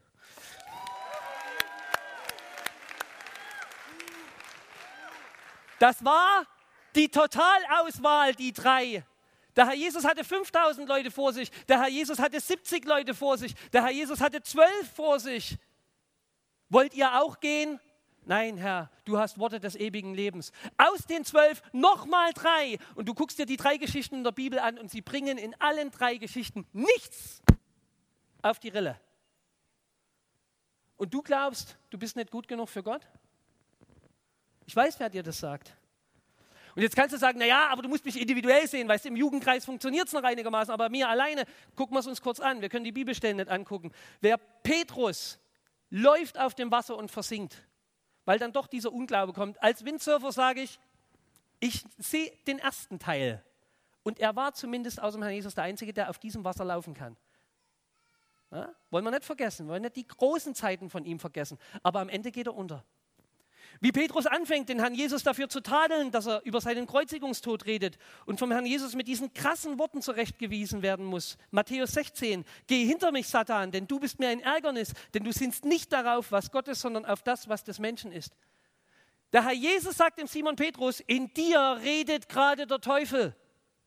Das war die Totalauswahl, die 3. Der Herr Jesus hatte 5000 Leute vor sich, der Herr Jesus hatte 70 Leute vor sich, der Herr Jesus hatte 12 vor sich. Wollt ihr auch gehen? Nein, Herr, du hast Worte des ewigen Lebens. Aus den 12 nochmal 3. Und du guckst dir die 3 Geschichten in der Bibel an und sie bringen in allen 3 Geschichten nichts auf die Rille. Und du glaubst, du bist nicht gut genug für Gott? Ich weiß, wer dir das sagt. Und jetzt kannst du sagen, naja, aber du musst mich individuell sehen, weißt du, im Jugendkreis funktioniert es noch einigermaßen, aber mir alleine, gucken wir es uns kurz an, wir können die Bibelstellen nicht angucken. Wer Petrus läuft auf dem Wasser und versinkt, weil dann doch dieser Unglaube kommt. Als Windsurfer sage ich sehe den ersten Teil und er war zumindest außer dem Herrn Jesus der Einzige, der auf diesem Wasser laufen kann. Ja? Wollen wir nicht vergessen, wollen nicht die großen Zeiten von ihm vergessen, aber am Ende geht er unter. Wie Petrus anfängt, den Herrn Jesus dafür zu tadeln, dass er über seinen Kreuzigungstod redet und vom Herrn Jesus mit diesen krassen Worten zurechtgewiesen werden muss. Matthäus 16, geh hinter mich, Satan, denn du bist mir ein Ärgernis, denn du sinnst nicht darauf, was Gott ist, sondern auf das, was des Menschen ist. Der Herr Jesus sagt dem Simon Petrus, in dir redet gerade der Teufel.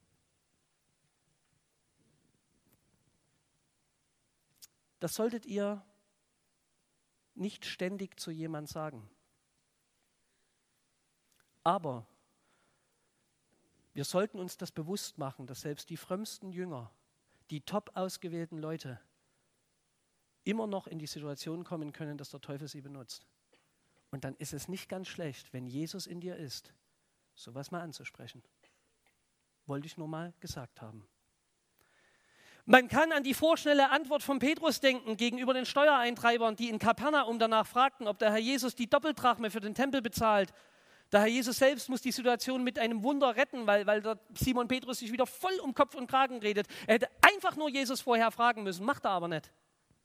Das solltet ihr nicht ständig zu jemandem sagen. Aber wir sollten uns das bewusst machen, dass selbst die frömmsten Jünger, die top ausgewählten Leute, immer noch in die Situation kommen können, dass der Teufel sie benutzt. Und dann ist es nicht ganz schlecht, wenn Jesus in dir ist, sowas mal anzusprechen. Wollte ich nur mal gesagt haben. Man kann an die vorschnelle Antwort von Petrus denken gegenüber den Steuereintreibern, die in Kapernaum danach fragten, ob der Herr Jesus die Doppeldrachme für den Tempel bezahlt. Der Herr Jesus selbst muss die Situation mit einem Wunder retten, weil der Simon Petrus sich wieder voll um Kopf und Kragen redet. Er hätte einfach nur Jesus vorher fragen müssen, macht er aber nicht.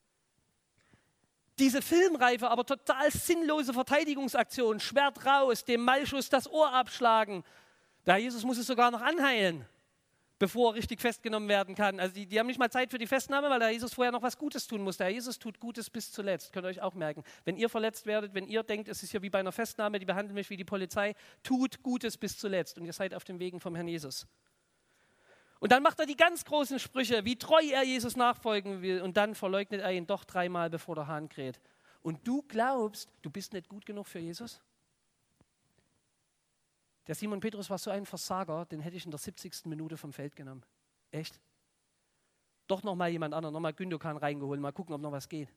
Diese filmreife, aber total sinnlose Verteidigungsaktion, Schwert raus, dem Malchus das Ohr abschlagen. Der Herr Jesus muss es sogar noch anheilen, bevor er richtig festgenommen werden kann. Also die haben nicht mal Zeit für die Festnahme, weil der Herr Jesus vorher noch was Gutes tun muss. Der Herr Jesus tut Gutes bis zuletzt, könnt ihr euch auch merken. Wenn ihr verletzt werdet, wenn ihr denkt, es ist ja wie bei einer Festnahme, die behandeln mich wie die Polizei, tut Gutes bis zuletzt und ihr seid auf dem Wegen vom Herrn Jesus. Und dann macht er die ganz großen Sprüche, wie treu er Jesus nachfolgen will und dann verleugnet er ihn doch 3-mal, bevor der Hahn kräht. Und du glaubst, du bist nicht gut genug für Jesus? Der Simon Petrus war so ein Versager, den hätte ich in der 70. Minute vom Feld genommen. Echt? Doch nochmal jemand anderen, nochmal Gündogan reingeholt, mal gucken, ob noch was geht.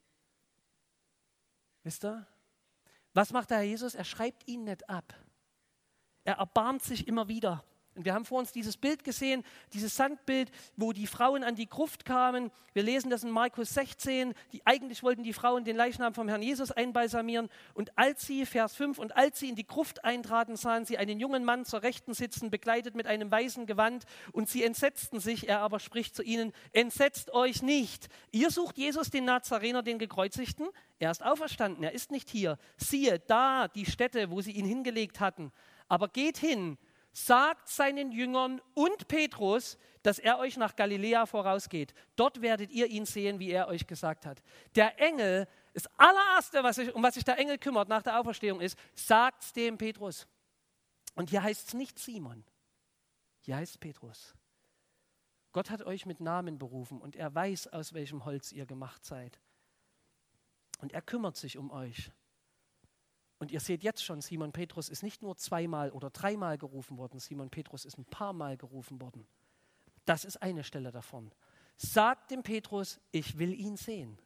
Wisst ihr? Was macht der Herr Jesus? Er schreibt ihn nicht ab. Er erbarmt sich immer wieder. Und wir haben vor uns dieses Bild gesehen, dieses Sandbild, wo die Frauen an die Gruft kamen. Wir lesen das in Markus 16. Eigentlich wollten die Frauen den Leichnam vom Herrn Jesus einbalsamieren. Und als sie, Vers 5, und als sie in die Gruft eintraten, sahen sie einen jungen Mann zur Rechten sitzen, bekleidet mit einem weißen Gewand. Und sie entsetzten sich. Er aber spricht zu ihnen, entsetzt euch nicht. Ihr sucht Jesus, den Nazarener, den Gekreuzigten. Er ist auferstanden, er ist nicht hier. Siehe, da die Stätte, wo sie ihn hingelegt hatten. Aber geht hin, sagt seinen Jüngern und Petrus, dass er euch nach Galiläa vorausgeht. Dort werdet ihr ihn sehen, wie er euch gesagt hat. Der Engel, das allererste, um was sich der Engel kümmert nach der Auferstehung ist, sagt's dem Petrus. Und hier heißt es nicht Simon, hier heißt es Petrus. Gott hat euch mit Namen berufen und er weiß, aus welchem Holz ihr gemacht seid. Und er kümmert sich um euch. Und ihr seht jetzt schon, Simon Petrus ist nicht nur 2-mal oder 3-mal gerufen worden, Simon Petrus ist ein paar Mal gerufen worden. Das ist eine Stelle davon. Sagt dem Petrus, ich will ihn sehen.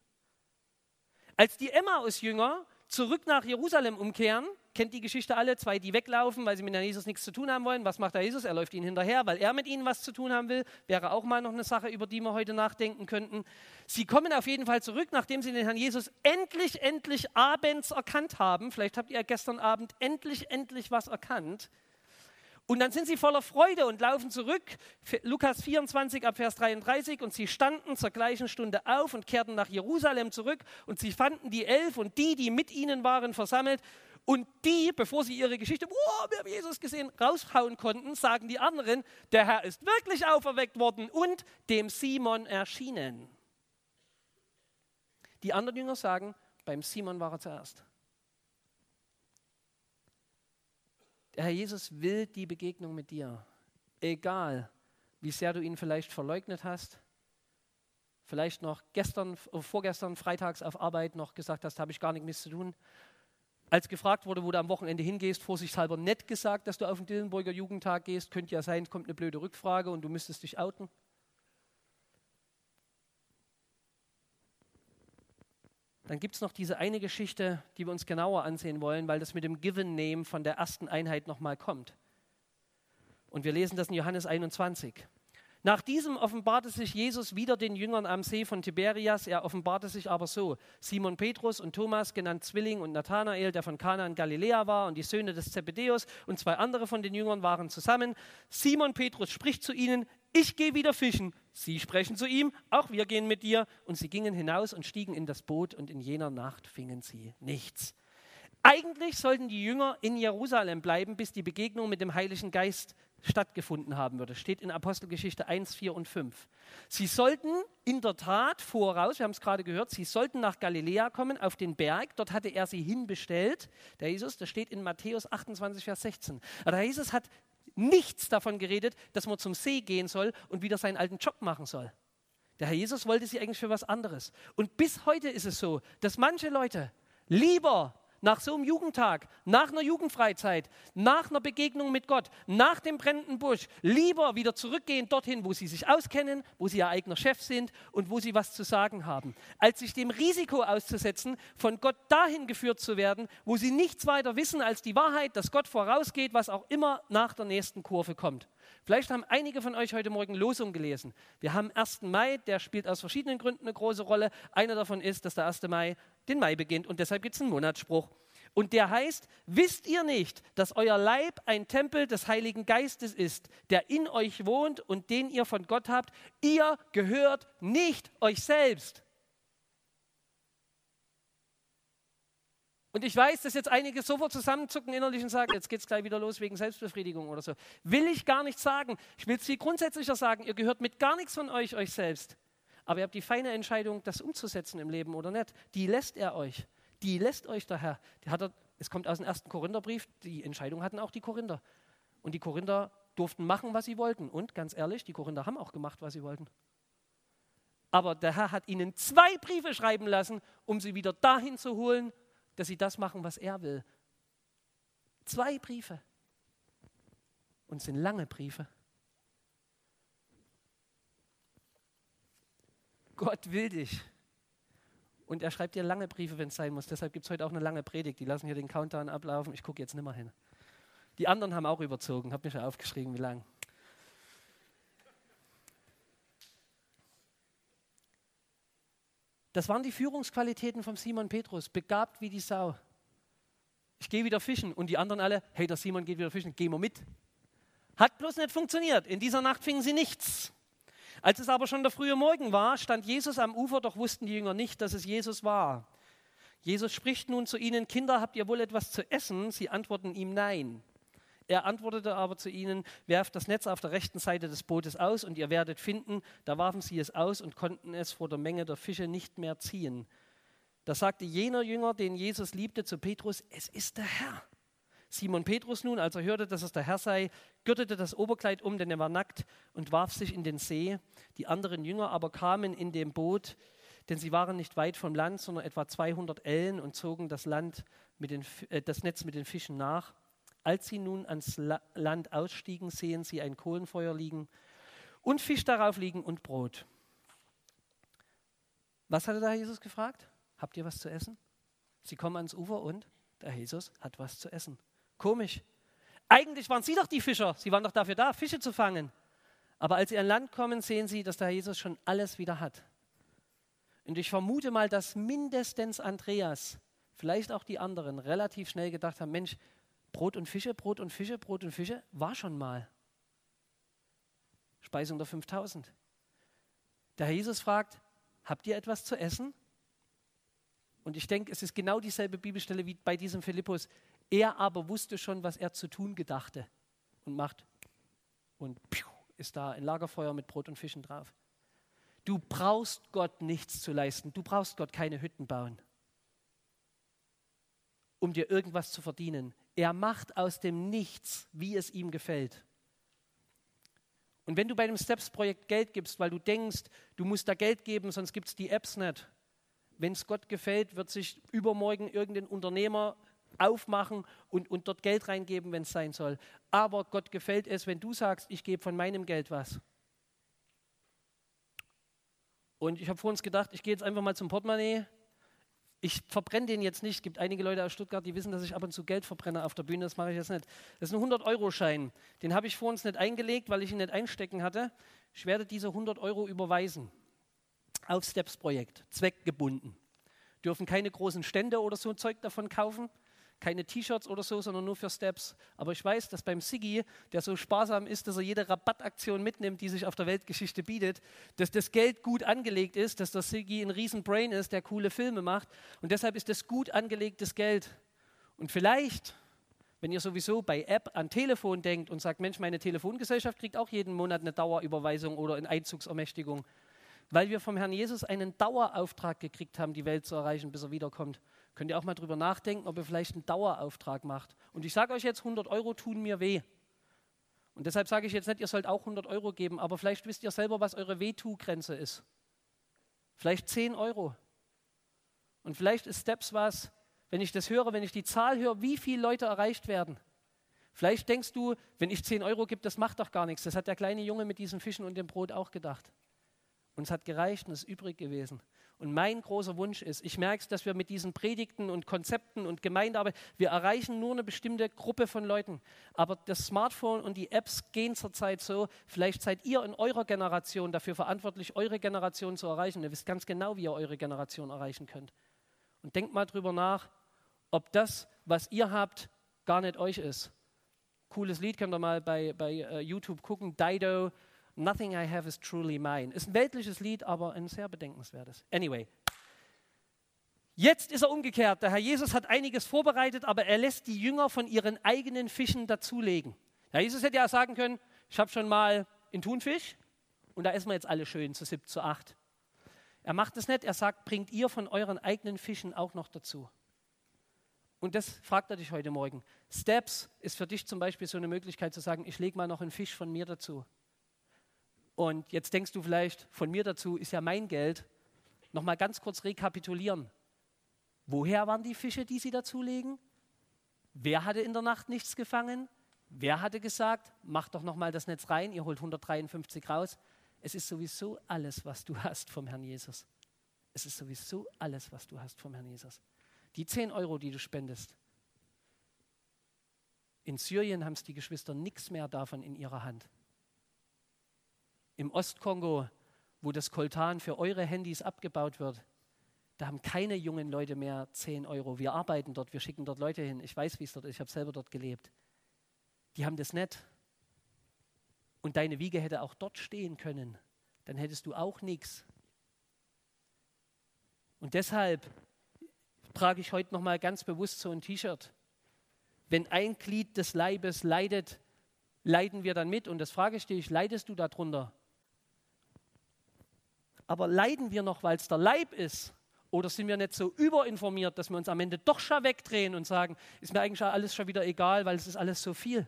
Als die Emmaus-Jünger zurück nach Jerusalem umkehren, kennt die Geschichte alle, 2, die weglaufen, weil sie mit Jesus nichts zu tun haben wollen. Was macht der Jesus? Er läuft ihnen hinterher, weil er mit ihnen was zu tun haben will. Wäre auch mal noch eine Sache, über die wir heute nachdenken könnten. Sie kommen auf jeden Fall zurück, nachdem sie den Herrn Jesus endlich abends erkannt haben. Vielleicht habt ihr gestern Abend endlich was erkannt. Und dann sind sie voller Freude und laufen zurück. Lukas 24 ab Vers 33. Und sie standen zur gleichen Stunde auf und kehrten nach Jerusalem zurück. Und sie fanden die 11 und die mit ihnen waren, versammelt. Und die, bevor sie ihre Geschichte, wir haben Jesus gesehen, raushauen konnten, sagen die anderen, der Herr ist wirklich auferweckt worden und dem Simon erschienen. Die anderen Jünger sagen, beim Simon war er zuerst. Der Herr Jesus will die Begegnung mit dir. Egal, wie sehr du ihn vielleicht verleugnet hast, vielleicht noch vorgestern freitags auf Arbeit noch gesagt hast, habe ich gar nichts zu tun. Als gefragt wurde, wo du am Wochenende hingehst, vorsichtshalber nicht gesagt, dass du auf den Dillenburger Jugendtag gehst. Könnte ja sein, kommt eine blöde Rückfrage und du müsstest dich outen. Dann gibt es noch diese eine Geschichte, die wir uns genauer ansehen wollen, weil das mit dem Given Name von der ersten Einheit nochmal kommt. Und wir lesen das in Johannes 21. Nach diesem offenbarte sich Jesus wieder den Jüngern am See von Tiberias. Er offenbarte sich aber so: Simon Petrus und Thomas, genannt Zwilling, und Nathanael, der von Kana in Galiläa war, und die Söhne des Zebedäus und 2 andere von den Jüngern waren zusammen. Simon Petrus spricht zu ihnen: Ich gehe wieder fischen. Sie sprechen zu ihm: Auch wir gehen mit dir. Und sie gingen hinaus und stiegen in das Boot, und in jener Nacht fingen sie nichts. Eigentlich sollten die Jünger in Jerusalem bleiben, bis die Begegnung mit dem Heiligen Geist stattgefunden haben würde. Steht in Apostelgeschichte 1, 4 und 5. Sie sollten in der Tat voraus, wir haben es gerade gehört, sie sollten nach Galiläa kommen, auf den Berg. Dort hatte er sie hinbestellt. Der Jesus, das steht in Matthäus 28, Vers 16. Aber der Jesus hat nichts davon geredet, dass man zum See gehen soll und wieder seinen alten Job machen soll. Der Herr Jesus wollte sie eigentlich für was anderes. Und bis heute ist es so, dass manche Leute lieber nach so einem Jugendtag, nach einer Jugendfreizeit, nach einer Begegnung mit Gott, nach dem brennenden Busch, lieber wieder zurückgehen dorthin, wo sie sich auskennen, wo sie ihr eigener Chef sind und wo sie was zu sagen haben, als sich dem Risiko auszusetzen, von Gott dahin geführt zu werden, wo sie nichts weiter wissen als die Wahrheit, dass Gott vorausgeht, was auch immer nach der nächsten Kurve kommt. Vielleicht haben einige von euch heute Morgen Losung gelesen. Wir haben 1. Mai, der spielt aus verschiedenen Gründen eine große Rolle. Einer davon ist, dass der 1. Mai den Mai beginnt und deshalb gibt es einen Monatsspruch. Und der heißt, wisst ihr nicht, dass euer Leib ein Tempel des Heiligen Geistes ist, der in euch wohnt und den ihr von Gott habt? Ihr gehört nicht euch selbst. Und ich weiß, dass jetzt einige sofort zusammenzucken innerlich und sagen, jetzt geht es gleich wieder los wegen Selbstbefriedigung oder so. Will ich gar nicht sagen. Ich will es viel grundsätzlicher sagen, ihr gehört mit gar nichts von euch selbst. Aber ihr habt die feine Entscheidung, das umzusetzen im Leben oder nicht. Die lässt er euch. Die lässt euch der Herr. Es kommt aus dem 1. Korintherbrief, die Entscheidung hatten auch die Korinther. Und die Korinther durften machen, was sie wollten. Und ganz ehrlich, die Korinther haben auch gemacht, was sie wollten. Aber der Herr hat ihnen 2 Briefe schreiben lassen, um sie wieder dahin zu holen, dass sie das machen, was er will. 2 Briefe. Und es sind lange Briefe. Gott will dich. Und er schreibt dir lange Briefe, wenn es sein muss. Deshalb gibt es heute auch eine lange Predigt. Die lassen hier den Countdown ablaufen. Ich gucke jetzt nicht mehr hin. Die anderen haben auch überzogen. Habe mir schon aufgeschrieben, wie lang. Das waren die Führungsqualitäten von Simon Petrus. Begabt wie die Sau. Ich gehe wieder fischen. Und die anderen alle, hey, der Simon geht wieder fischen, gehen wir mit. Hat bloß nicht funktioniert. In dieser Nacht fingen sie nichts. Als es aber schon der frühe Morgen war, stand Jesus am Ufer, doch wussten die Jünger nicht, dass es Jesus war. Jesus spricht nun zu ihnen, Kinder, habt ihr wohl etwas zu essen? Sie antworten ihm nein. Er antwortete aber zu ihnen, werft das Netz auf der rechten Seite des Bootes aus und ihr werdet finden. Da warfen sie es aus und konnten es vor der Menge der Fische nicht mehr ziehen. Da sagte jener Jünger, den Jesus liebte, zu Petrus, es ist der Herr. Simon Petrus nun, als er hörte, dass es der Herr sei, gürtete das Oberkleid um, denn er war nackt, und warf sich in den See. Die anderen Jünger aber kamen in dem Boot, denn sie waren nicht weit vom Land, sondern etwa 200 Ellen und zogen das Netz mit den Fischen nach. Als sie nun ans Land ausstiegen, sehen sie ein Kohlenfeuer liegen und Fisch darauf liegen und Brot. Was hatte der Herr Jesus gefragt? Habt ihr was zu essen? Sie kommen ans Ufer und der Herr Jesus hat was zu essen. Komisch. Eigentlich waren sie doch die Fischer. Sie waren doch dafür da, Fische zu fangen. Aber als sie an Land kommen, sehen sie, dass der Herr Jesus schon alles wieder hat. Und ich vermute mal, dass mindestens Andreas, vielleicht auch die anderen, relativ schnell gedacht haben, Mensch, Brot und Fische, Brot und Fische, Brot und Fische, war schon mal. Speisung der 5000. Der Herr Jesus fragt, habt ihr etwas zu essen? Und ich denke, es ist genau dieselbe Bibelstelle wie bei diesem Philippus. Er aber wusste schon, was er zu tun gedachte und macht. Und ist da ein Lagerfeuer mit Brot und Fischen drauf. Du brauchst Gott nichts zu leisten. Du brauchst Gott keine Hütten bauen, um dir irgendwas zu verdienen. Er macht aus dem Nichts, wie es ihm gefällt. Und wenn du bei dem Steps-Projekt Geld gibst, weil du denkst, du musst da Geld geben, sonst gibt es die Apps nicht. Wenn es Gott gefällt, wird sich übermorgen irgendein Unternehmer aufmachen und dort Geld reingeben, wenn es sein soll. Aber Gott gefällt es, wenn du sagst, ich gebe von meinem Geld was. Und ich habe vor uns gedacht, ich gehe jetzt einfach mal zum Portemonnaie. Ich verbrenne den jetzt nicht. Es gibt einige Leute aus Stuttgart, die wissen, dass ich ab und zu Geld verbrenne auf der Bühne. Das mache ich jetzt nicht. Das ist ein 100-Euro-Schein. Den habe ich vor uns nicht eingelegt, weil ich ihn nicht einstecken hatte. Ich werde diese 100 Euro überweisen. Auf Steps-Projekt, zweckgebunden. Dürfen keine großen Stände oder so Zeug davon kaufen, keine T-Shirts oder so, sondern nur für Steps. Aber ich weiß, dass beim Siggi, der so sparsam ist, dass er jede Rabattaktion mitnimmt, die sich auf der Weltgeschichte bietet, dass das Geld gut angelegt ist, dass der Siggi ein riesen Brain ist, der coole Filme macht. Und deshalb ist das gut angelegtes Geld. Und vielleicht, wenn ihr sowieso bei App an Telefon denkt und sagt, Mensch, meine Telefongesellschaft kriegt auch jeden Monat eine Dauerüberweisung oder eine Einzugsermächtigung, weil wir vom Herrn Jesus einen Dauerauftrag gekriegt haben, die Welt zu erreichen, bis er wiederkommt. Könnt ihr auch mal drüber nachdenken, ob ihr vielleicht einen Dauerauftrag macht. Und ich sage euch jetzt, 100 Euro tun mir weh. Und deshalb sage ich jetzt nicht, ihr sollt auch 100 Euro geben, aber vielleicht wisst ihr selber, was eure Wehtu-Grenze ist. Vielleicht 10 Euro. Und vielleicht ist Steps was, wenn ich das höre, wenn ich die Zahl höre, wie viele Leute erreicht werden. Vielleicht denkst du, wenn ich 10 Euro gebe, das macht doch gar nichts. Das hat der kleine Junge mit diesen Fischen und dem Brot auch gedacht. Und es hat gereicht und es ist übrig gewesen. Und mein großer Wunsch ist, ich merke es, dass wir mit diesen Predigten und Konzepten und Gemeindearbeit, wir erreichen nur eine bestimmte Gruppe von Leuten. Aber das Smartphone und die Apps gehen zurzeit so, vielleicht seid ihr in eurer Generation dafür verantwortlich, eure Generation zu erreichen. Ihr wisst ganz genau, wie ihr eure Generation erreichen könnt. Und denkt mal drüber nach, ob das, was ihr habt, gar nicht euch ist. Cooles Lied, könnt ihr mal bei YouTube gucken. Dido, Nothing I Have is Truly Mine. Ist ein weltliches Lied, aber ein sehr bedenkenswertes. Anyway. Jetzt ist er umgekehrt. Der Herr Jesus hat einiges vorbereitet, aber er lässt die Jünger von ihren eigenen Fischen dazulegen. Herr Jesus hätte ja sagen können, ich habe schon mal einen Thunfisch und da essen wir jetzt alle schön zu 7, zu 8. Er macht es nicht, er sagt, bringt ihr von euren eigenen Fischen auch noch dazu. Und das fragt er dich heute Morgen. Steps ist für dich zum Beispiel so eine Möglichkeit zu sagen, ich lege mal noch einen Fisch von mir dazu. Und jetzt denkst du vielleicht, von mir dazu ist ja mein Geld. Nochmal ganz kurz rekapitulieren. Woher waren die Fische, die sie dazulegen? Wer hatte in der Nacht nichts gefangen? Wer hatte gesagt, mach doch nochmal das Netz rein, ihr holt 153 raus. Es ist sowieso alles, was du hast vom Herrn Jesus. Es ist sowieso alles, was du hast vom Herrn Jesus. Die 10 Euro, die du spendest. In Syrien haben es die Geschwister nichts mehr davon in ihrer Hand. Im Ostkongo, wo das Koltan für eure Handys abgebaut wird, da haben keine jungen Leute mehr 10 Euro. Wir arbeiten dort, wir schicken dort Leute hin. Ich weiß, wie es dort ist, ich habe selber dort gelebt. Die haben das nicht. Und deine Wiege hätte auch dort stehen können. Dann hättest du auch nichts. Und deshalb trage ich heute nochmal ganz bewusst so ein T-Shirt. Wenn ein Glied des Leibes leidet, leiden wir dann mit. Und das frage ich dich, leidest du darunter? Aber leiden wir noch, weil es der Leib ist? Oder sind wir nicht so überinformiert, dass wir uns am Ende doch schon wegdrehen und sagen, ist mir eigentlich alles schon wieder egal, weil es ist alles so viel?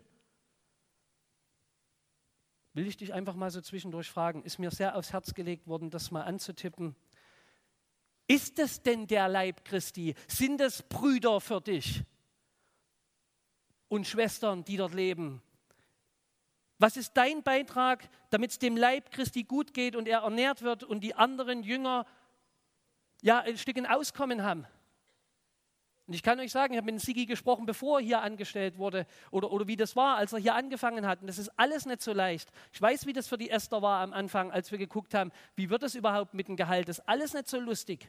Will ich dich einfach mal so zwischendurch fragen, ist mir sehr aufs Herz gelegt worden, das mal anzutippen. Ist es denn der Leib Christi? Sind es Brüder für dich und Schwestern, die dort leben? Was ist dein Beitrag, damit es dem Leib Christi gut geht und er ernährt wird und die anderen Jünger ein Stück ein Auskommen haben? Und ich kann euch sagen, ich habe mit Sigi gesprochen, bevor er hier angestellt wurde oder wie das war, als er hier angefangen hat. Und das ist alles nicht so leicht. Ich weiß, wie das für die Esther war am Anfang, als wir geguckt haben, wie wird es überhaupt mit dem Gehalt? Das ist alles nicht so lustig.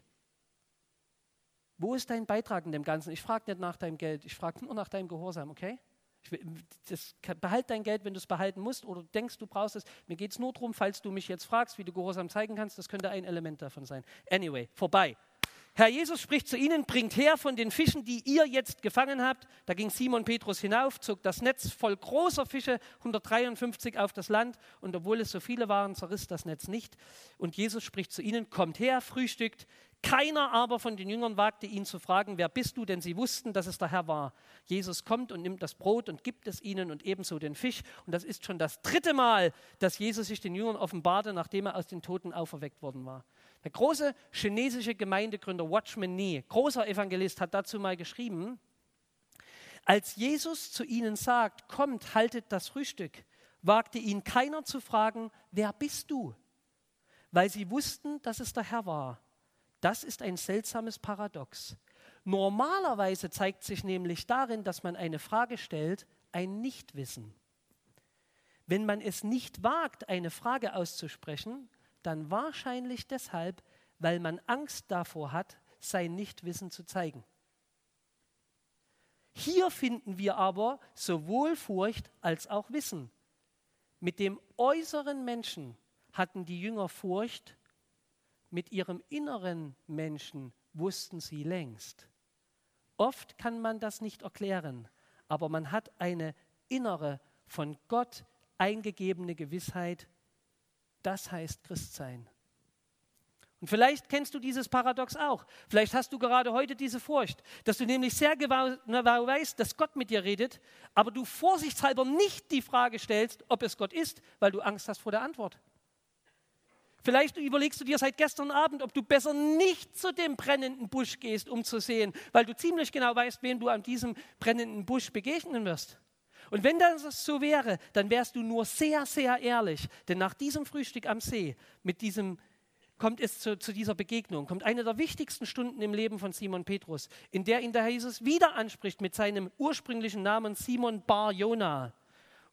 Wo ist dein Beitrag in dem Ganzen? Ich frage nicht nach deinem Geld, ich frage nur nach deinem Gehorsam, okay? Behalt dein Geld, wenn du es behalten musst oder denkst, du brauchst es. Mir geht es nur darum, falls du mich jetzt fragst, wie du Gehorsam zeigen kannst, das könnte ein Element davon sein. Anyway, vorbei. Herr Jesus spricht zu ihnen, bringt her von den Fischen, die ihr jetzt gefangen habt. Da ging Simon Petrus hinauf, zog das Netz voll großer Fische, 153 auf das Land. Und obwohl es so viele waren, zerriss das Netz nicht. Und Jesus spricht zu ihnen, kommt her, frühstückt. Keiner aber von den Jüngern wagte ihn zu fragen, wer bist du? Denn sie wussten, dass es der Herr war. Jesus kommt und nimmt das Brot und gibt es ihnen und ebenso den Fisch. Und das ist schon das 3. Mal, dass Jesus sich den Jüngern offenbarte, nachdem er aus den Toten auferweckt worden war. Der große chinesische Gemeindegründer Watchman Nee, großer Evangelist, hat dazu mal geschrieben, als Jesus zu ihnen sagt, kommt, haltet das Frühstück, wagte ihn keiner zu fragen, wer bist du? Weil sie wussten, dass es der Herr war. Das ist ein seltsames Paradox. Normalerweise zeigt sich nämlich darin, dass man eine Frage stellt, ein Nichtwissen. Wenn man es nicht wagt, eine Frage auszusprechen, dann wahrscheinlich deshalb, weil man Angst davor hat, sein Nichtwissen zu zeigen. Hier finden wir aber sowohl Furcht als auch Wissen. Mit dem äußeren Menschen hatten die Jünger Furcht, mit ihrem inneren Menschen wussten sie längst. Oft kann man das nicht erklären, aber man hat eine innere, von Gott eingegebene Gewissheit. Das heißt Christsein. Und vielleicht kennst du dieses Paradox auch. Vielleicht hast du gerade heute diese Furcht, dass du nämlich sehr genau weißt, dass Gott mit dir redet, aber du vorsichtshalber nicht die Frage stellst, ob es Gott ist, weil du Angst hast vor der Antwort. Vielleicht überlegst du dir seit gestern Abend, ob du besser nicht zu dem brennenden Busch gehst, um zu sehen, weil du ziemlich genau weißt, wem du an diesem brennenden Busch begegnen wirst. Und wenn das so wäre, dann wärst du nur sehr, sehr ehrlich. Denn nach diesem Frühstück am See, kommt es zu dieser Begegnung, kommt eine der wichtigsten Stunden im Leben von Simon Petrus, in der ihn der Herr Jesus wieder anspricht mit seinem ursprünglichen Namen Simon Bar Jona.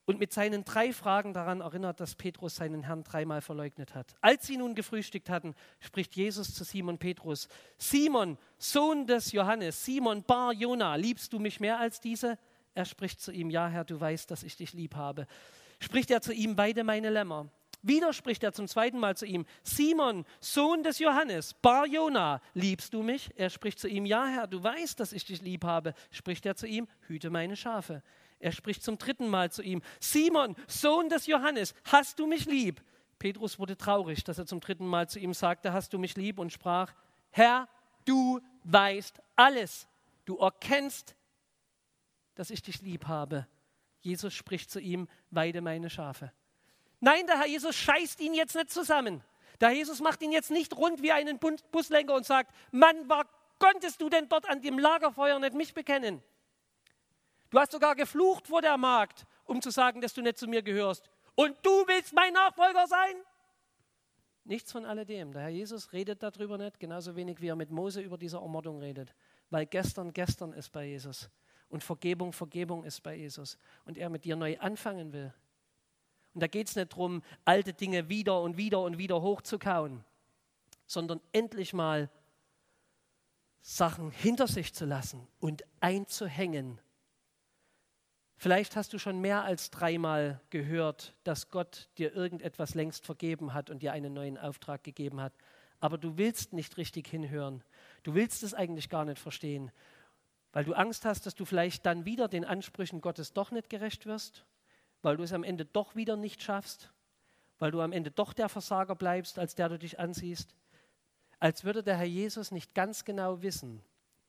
und mit seinen 3 Fragen daran erinnert, dass Petrus seinen Herrn 3-mal verleugnet hat. Als sie nun gefrühstückt hatten, spricht Jesus zu Simon Petrus: Simon, Sohn des Johannes, Simon Bar Jona, liebst du mich mehr als diese? Er spricht zu ihm: Ja, Herr, du weißt, dass ich dich lieb habe. Spricht er zu ihm: Weide meine Lämmer. Wieder spricht er zum 2. Mal zu ihm: Simon, Sohn des Johannes, Bar Jona, liebst du mich? Er spricht zu ihm: Ja, Herr, du weißt, dass ich dich lieb habe. Spricht er zu ihm: Hüte meine Schafe. Er spricht zum 3. Mal zu ihm: Simon, Sohn des Johannes, hast du mich lieb? Petrus wurde traurig, dass er zum 3. Mal zu ihm sagte: Hast du mich lieb? Und sprach: Herr, du weißt alles. Du erkennst, dass ich dich lieb habe. Jesus spricht zu ihm: Weide meine Schafe. Nein, der Herr Jesus scheißt ihn jetzt nicht zusammen. Der Herr Jesus macht ihn jetzt nicht rund wie einen Buslenker und sagt: Mann, konntest du denn dort an dem Lagerfeuer nicht mich bekennen? Du hast sogar geflucht vor der Magd, um zu sagen, dass du nicht zu mir gehörst. Und du willst mein Nachfolger sein? Nichts von alledem. Der Herr Jesus redet darüber nicht, genauso wenig wie er mit Mose über diese Ermordung redet. Weil gestern ist bei Jesus. Und Vergebung ist bei Jesus. Und er mit dir neu anfangen will. Und da geht es nicht darum, alte Dinge wieder und wieder und wieder hochzukauen, sondern endlich mal Sachen hinter sich zu lassen und einzuhängen. Vielleicht hast du schon mehr als 3-mal gehört, dass Gott dir irgendetwas längst vergeben hat und dir einen neuen Auftrag gegeben hat. Aber du willst nicht richtig hinhören. Du willst es eigentlich gar nicht verstehen, weil du Angst hast, dass du vielleicht dann wieder den Ansprüchen Gottes doch nicht gerecht wirst, weil du es am Ende doch wieder nicht schaffst, weil du am Ende doch der Versager bleibst, als der du dich ansiehst. Als würde der Herr Jesus nicht ganz genau wissen,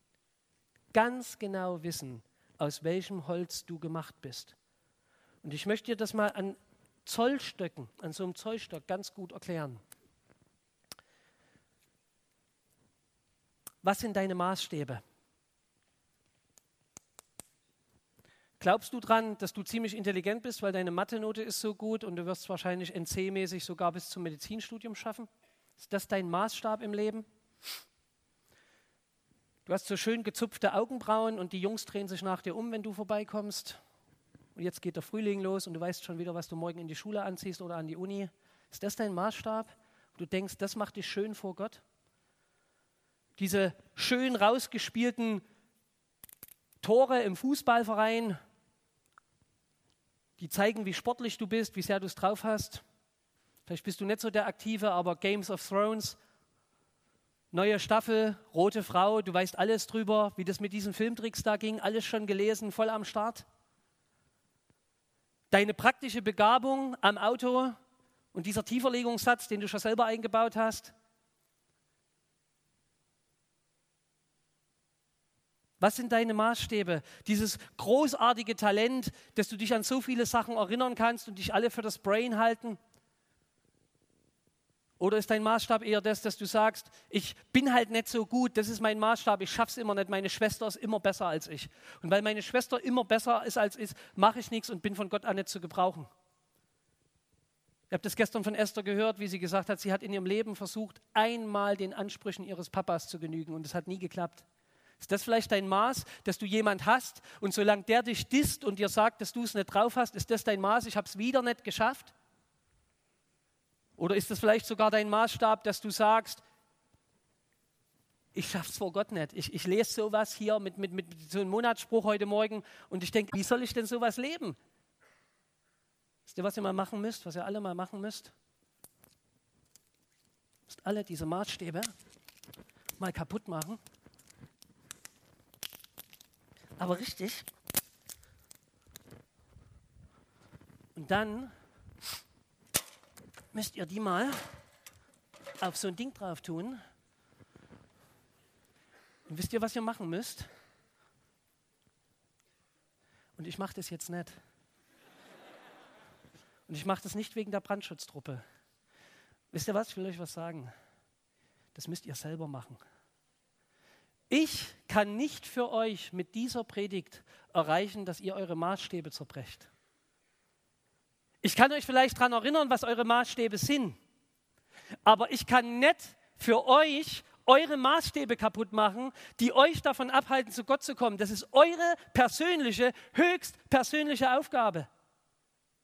aus welchem Holz du gemacht bist. Und ich möchte dir das mal an Zollstöcken, an so einem Zollstock ganz gut erklären. Was sind deine Maßstäbe? Glaubst du dran, dass du ziemlich intelligent bist, weil deine Mathe-Note ist so gut und du wirst es wahrscheinlich NC-mäßig sogar bis zum Medizinstudium schaffen? Ist das dein Maßstab im Leben? Du hast so schön gezupfte Augenbrauen und die Jungs drehen sich nach dir um, wenn du vorbeikommst. Und jetzt geht der Frühling los und du weißt schon wieder, was du morgen in die Schule anziehst oder an die Uni. Ist das dein Maßstab? Du denkst, das macht dich schön vor Gott? Diese schön rausgespielten Tore im Fußballverein, die zeigen, wie sportlich du bist, wie sehr du es drauf hast. Vielleicht bist du nicht so der Aktive, aber Games of Thrones, neue Staffel, rote Frau, du weißt alles drüber, wie das mit diesen Filmtricks da ging, alles schon gelesen, voll am Start. Deine praktische Begabung am Auto und dieser Tieferlegungssatz, den du schon selber eingebaut hast. Was sind deine Maßstäbe? Dieses großartige Talent, dass du dich an so viele Sachen erinnern kannst und dich alle für das Brain halten? Oder ist dein Maßstab eher das, dass du sagst, ich bin halt nicht so gut, das ist mein Maßstab, ich schaffe es immer nicht, meine Schwester ist immer besser als ich. Und weil meine Schwester immer besser ist als ich, mache ich nichts und bin von Gott auch nicht zu gebrauchen. Ich habe das gestern von Esther gehört, wie sie gesagt hat, sie hat in ihrem Leben versucht, einmal den Ansprüchen ihres Papas zu genügen und es hat nie geklappt. Ist das vielleicht dein Maß, dass du jemand hast und solange der dich disst und dir sagt, dass du es nicht drauf hast, ist das dein Maß, ich habe es wieder nicht geschafft? Oder ist das vielleicht sogar dein Maßstab, dass du sagst, ich schaffe es vor Gott nicht. Ich lese sowas hier mit so einem Monatsspruch heute Morgen und ich denke, wie soll ich denn sowas leben? Wisst ihr, was ihr mal machen müsst, was ihr alle mal machen müsst? Ihr müsst alle diese Maßstäbe mal kaputt machen. Aber richtig. Und dann müsst ihr die mal auf so ein Ding drauf tun. Und wisst ihr, was ihr machen müsst? Und ich mache das jetzt nicht. Und ich mache das nicht wegen der Brandschutzdruppe. Wisst ihr was? Ich will euch was sagen. Das müsst ihr selber machen. Ich kann nicht für euch mit dieser Predigt erreichen, dass ihr eure Maßstäbe zerbrecht. Ich kann euch vielleicht daran erinnern, was eure Maßstäbe sind. Aber ich kann nicht für euch eure Maßstäbe kaputt machen, die euch davon abhalten, zu Gott zu kommen. Das ist eure persönliche, höchst persönliche Aufgabe.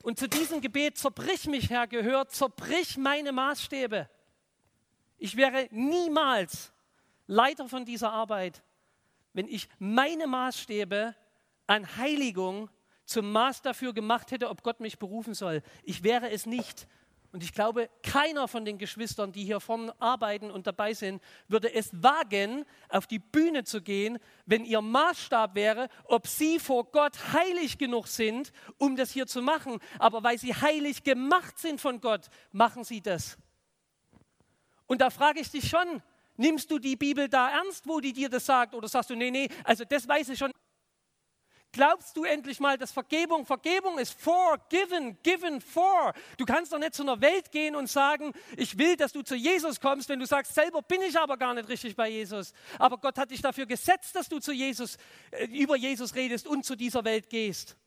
Und zu diesem Gebet, zerbrich mich, Herr, gehört, zerbrich meine Maßstäbe. Ich wäre niemals Leiter von dieser Arbeit, wenn ich meine Maßstäbe an Heiligung zum Maß dafür gemacht hätte, ob Gott mich berufen soll. Ich wäre es nicht. Und ich glaube, keiner von den Geschwistern, die hier vorne arbeiten und dabei sind, würde es wagen, auf die Bühne zu gehen, wenn ihr Maßstab wäre, ob sie vor Gott heilig genug sind, um das hier zu machen. Aber weil sie heilig gemacht sind von Gott, machen sie das. Und da frage ich dich schon, nimmst du die Bibel da ernst, wo die dir das sagt? Oder sagst du, nee, also das weiß ich schon. Glaubst du endlich mal, dass Vergebung ist? Given for. Du kannst doch nicht zu einer Welt gehen und sagen, ich will, dass du zu Jesus kommst, wenn du sagst, selber bin ich aber gar nicht richtig bei Jesus. Aber Gott hat dich dafür gesetzt, dass du über Jesus redest und zu dieser Welt gehst.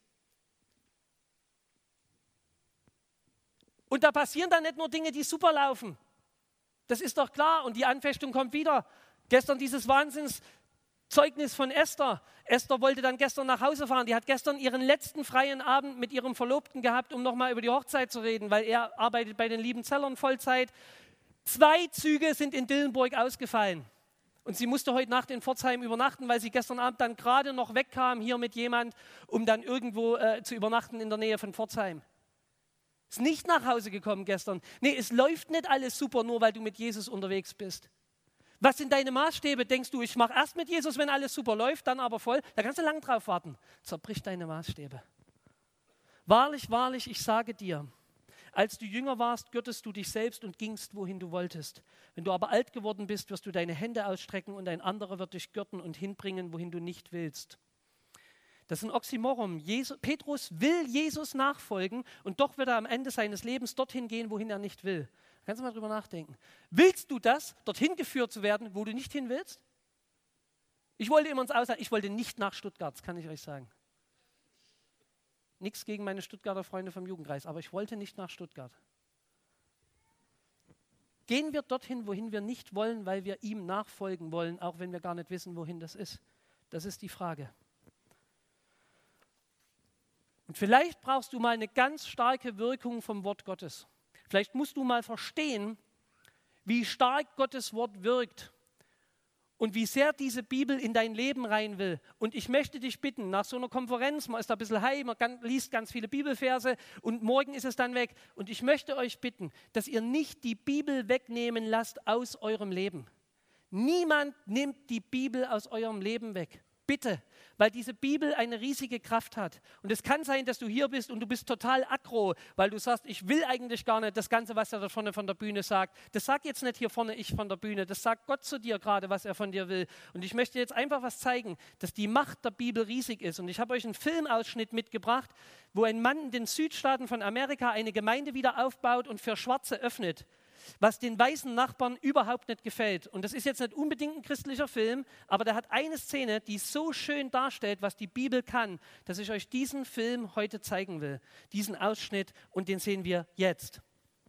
Und da passieren dann nicht nur Dinge, die super laufen. Das ist doch klar und die Anfechtung kommt wieder. Gestern dieses Wahnsinnszeugnis von Esther. Esther wollte dann gestern nach Hause fahren. Die hat gestern ihren letzten freien Abend mit ihrem Verlobten gehabt, um nochmal über die Hochzeit zu reden, weil er arbeitet bei den Liebenzellern Vollzeit. 2 Züge sind in Dillenburg ausgefallen. Und sie musste heute Nacht in Pforzheim übernachten, weil sie gestern Abend dann gerade noch wegkam hier mit jemand, um dann irgendwo zu übernachten in der Nähe von Pforzheim. Ist nicht nach Hause gekommen gestern. Nee, es läuft nicht alles super, nur weil du mit Jesus unterwegs bist. Was sind deine Maßstäbe? Denkst du, ich mache erst mit Jesus, wenn alles super läuft, dann aber voll? Da kannst du lang drauf warten. Zerbrich deine Maßstäbe. Wahrlich, wahrlich, ich sage dir, als du jünger warst, gürtest du dich selbst und gingst, wohin du wolltest. Wenn du aber alt geworden bist, wirst du deine Hände ausstrecken und ein anderer wird dich gürten und hinbringen, wohin du nicht willst. Das ist ein Oxymoron. Petrus will Jesus nachfolgen und doch wird er am Ende seines Lebens dorthin gehen, wohin er nicht will. Da kannst du mal drüber nachdenken. Willst du das, dorthin geführt zu werden, wo du nicht hin willst? Ich wollte immer ins Ausland, ich wollte nicht nach Stuttgart, das kann ich euch sagen. Nichts gegen meine Stuttgarter Freunde vom Jugendkreis, aber ich wollte nicht nach Stuttgart. Gehen wir dorthin, wohin wir nicht wollen, weil wir ihm nachfolgen wollen, auch wenn wir gar nicht wissen, wohin das ist? Das ist die Frage. Und vielleicht brauchst du mal eine ganz starke Wirkung vom Wort Gottes. Vielleicht musst du mal verstehen, wie stark Gottes Wort wirkt und wie sehr diese Bibel in dein Leben rein will. Und ich möchte dich bitten, nach so einer Konferenz, man ist da ein bisschen high, man liest ganz viele Bibelverse und morgen ist es dann weg. Und ich möchte euch bitten, dass ihr nicht die Bibel wegnehmen lasst aus eurem Leben. Niemand nimmt die Bibel aus eurem Leben weg. Bitte, weil diese Bibel eine riesige Kraft hat. Und es kann sein, dass du hier bist und du bist total aggro, weil du sagst, ich will eigentlich gar nicht das Ganze, was er da vorne von der Bühne sagt. Das sagt jetzt nicht hier vorne ich von der Bühne, das sagt Gott zu dir gerade, was er von dir will. Und ich möchte jetzt einfach was zeigen, dass die Macht der Bibel riesig ist. Und ich habe euch einen Filmausschnitt mitgebracht, wo ein Mann in den Südstaaten von Amerika eine Gemeinde wieder aufbaut und für Schwarze öffnet, was den weißen Nachbarn überhaupt nicht gefällt. Und das ist jetzt nicht unbedingt ein christlicher Film, aber der hat eine Szene, die so schön darstellt, was die Bibel kann, dass ich euch diesen Film heute zeigen will. Diesen Ausschnitt, und den sehen wir jetzt.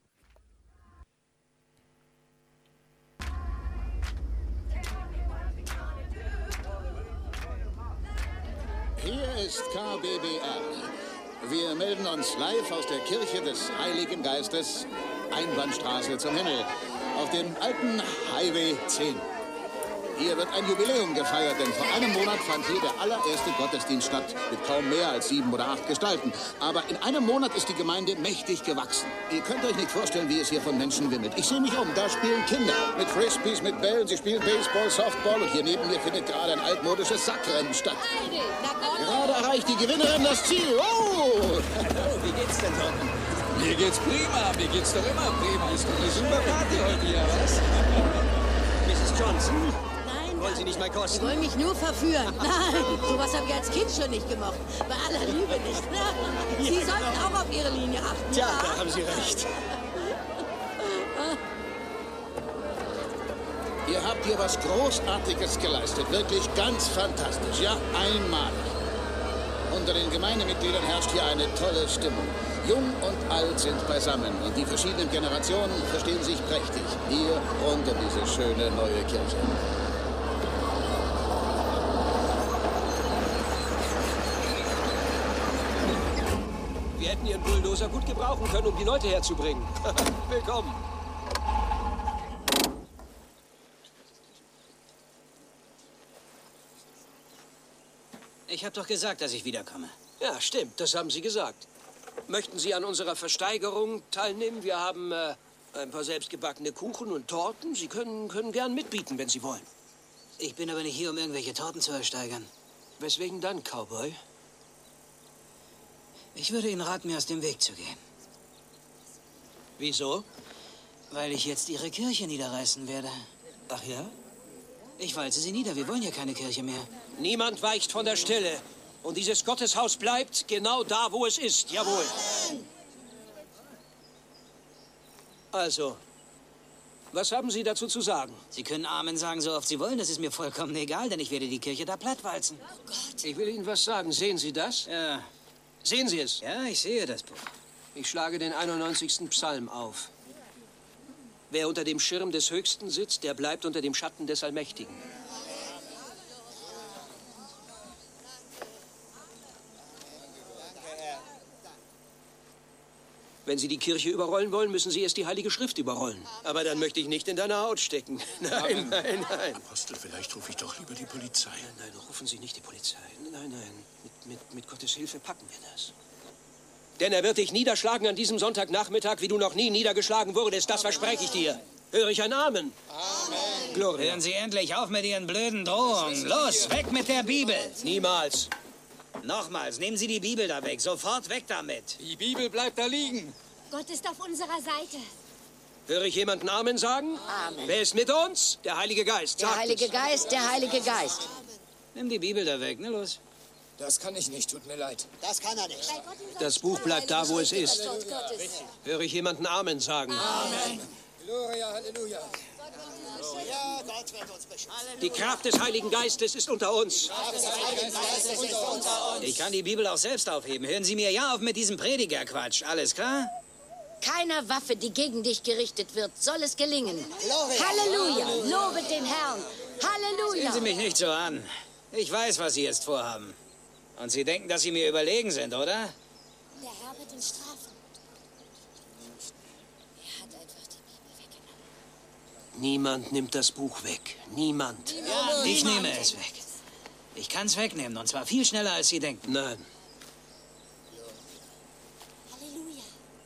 Hier ist KBBR. Wir melden uns live aus der Kirche des Heiligen Geistes, Einbahnstraße zum Himmel, auf dem alten Highway 10. Hier wird ein Jubiläum gefeiert, denn vor einem Monat fand hier der allererste Gottesdienst statt, mit kaum mehr als 7 oder 8 Gestalten. Aber in einem Monat ist die Gemeinde mächtig gewachsen. Ihr könnt euch nicht vorstellen, wie es hier von Menschen wimmelt. Ich sehe mich um, da spielen Kinder mit Frisbees, mit Bällen, sie spielen Baseball, Softball und hier neben mir findet gerade ein altmodisches Sackrennen statt. Gerade erreicht die Gewinnerin das Ziel. Oh! Hallo, wie geht's denn dort? Mir geht's prima, mir geht's doch immer prima. Ist doch eine super Party heute hier, was? Mrs. Johnson, Nein, wollen Sie nicht mal Sie kosten? wollen mich nur verführen. Nein, sowas habe ich als Kind schon nicht gemacht. Bei aller Liebe nicht. Sie sollten auch auf Ihre Linie achten. Tja, da haben Sie recht. Ihr habt hier was Großartiges geleistet, wirklich ganz fantastisch, ja, einmalig. Unter den Gemeindemitgliedern herrscht hier eine tolle Stimmung. Jung und alt sind beisammen und die verschiedenen Generationen verstehen sich prächtig. Hier rund um diese schöne neue Kirche. Wir hätten Ihren Bulldozer gut gebrauchen können, um die Leute herzubringen. Willkommen. Ich habe doch gesagt, dass ich wiederkomme. Ja, stimmt, das haben Sie gesagt. Möchten Sie an unserer Versteigerung teilnehmen? Wir haben ein paar selbstgebackene Kuchen und Torten. Sie können gern mitbieten, wenn Sie wollen. Ich bin aber nicht hier, um irgendwelche Torten zu ersteigern. Weswegen dann, Cowboy? Ich würde Ihnen raten, mir aus dem Weg zu gehen. Wieso? Weil ich jetzt Ihre Kirche niederreißen werde. Ach ja? Ich walze sie nieder. Wir wollen ja keine Kirche mehr. Niemand weicht von der Stelle. Und dieses Gotteshaus bleibt genau da, wo es ist. Jawohl. Also, was haben Sie dazu zu sagen? Sie können Amen sagen, so oft Sie wollen. Das ist mir vollkommen egal, denn ich werde die Kirche da plattwalzen. Ich will Ihnen was sagen. Sehen Sie das? Ja. Sehen Sie es? Ja, ich sehe das Buch. Ich schlage den 91. Psalm auf. Wer unter dem Schirm des Höchsten sitzt, der bleibt unter dem Schatten des Allmächtigen. Wenn Sie die Kirche überrollen wollen, müssen Sie erst die Heilige Schrift überrollen. Aber dann möchte ich nicht in deiner Haut stecken. Nein, nein, nein. Apostel, vielleicht rufe ich doch lieber die Polizei. Nein, rufen Sie nicht die Polizei. Nein, nein. Mit Gottes Hilfe packen wir das. Denn er wird dich niederschlagen an diesem Sonntagnachmittag, wie du noch nie niedergeschlagen wurdest. Das verspreche ich dir. Höre ich ein Amen? Amen. Gloria. Hören Sie endlich auf mit Ihren blöden Drohungen. Los, weg mit der Bibel. Niemals. Nochmals, nehmen Sie die Bibel da weg. Sofort weg damit. Die Bibel bleibt da liegen. Gott ist auf unserer Seite. Höre ich jemanden Amen sagen? Amen. Wer ist mit uns? Der Heilige Geist. Der Sagt Heilige es. Geist, der Heilige Geist. Nimm die Bibel da weg, ne, los. Das kann ich nicht, tut mir leid. Das kann er nicht. Das Buch bleibt da, wo es ist. Höre ich jemanden Amen sagen? Amen. Gloria, Halleluja. Ja, Gott wird uns beschützen. Die Kraft des Heiligen Geistes ist unter uns. Ich kann die Bibel auch selbst aufheben. Hören Sie mir ja auf mit diesem Predigerquatsch. Alles klar? Keiner Waffe, die gegen dich gerichtet wird, soll es gelingen. Halleluja! Lobet den Herrn! Halleluja! Sehen Sie mich nicht so an. Ich weiß, was Sie jetzt vorhaben. Und Sie denken, dass Sie mir überlegen sind, oder? Der Herr wird ihn strafen. Er hat einfach die Bibel weggenommen. Niemand nimmt das Buch weg. Niemand. Ich nehme es weg. Ich kann es wegnehmen, und zwar viel schneller, als Sie denken. Nein. Halleluja.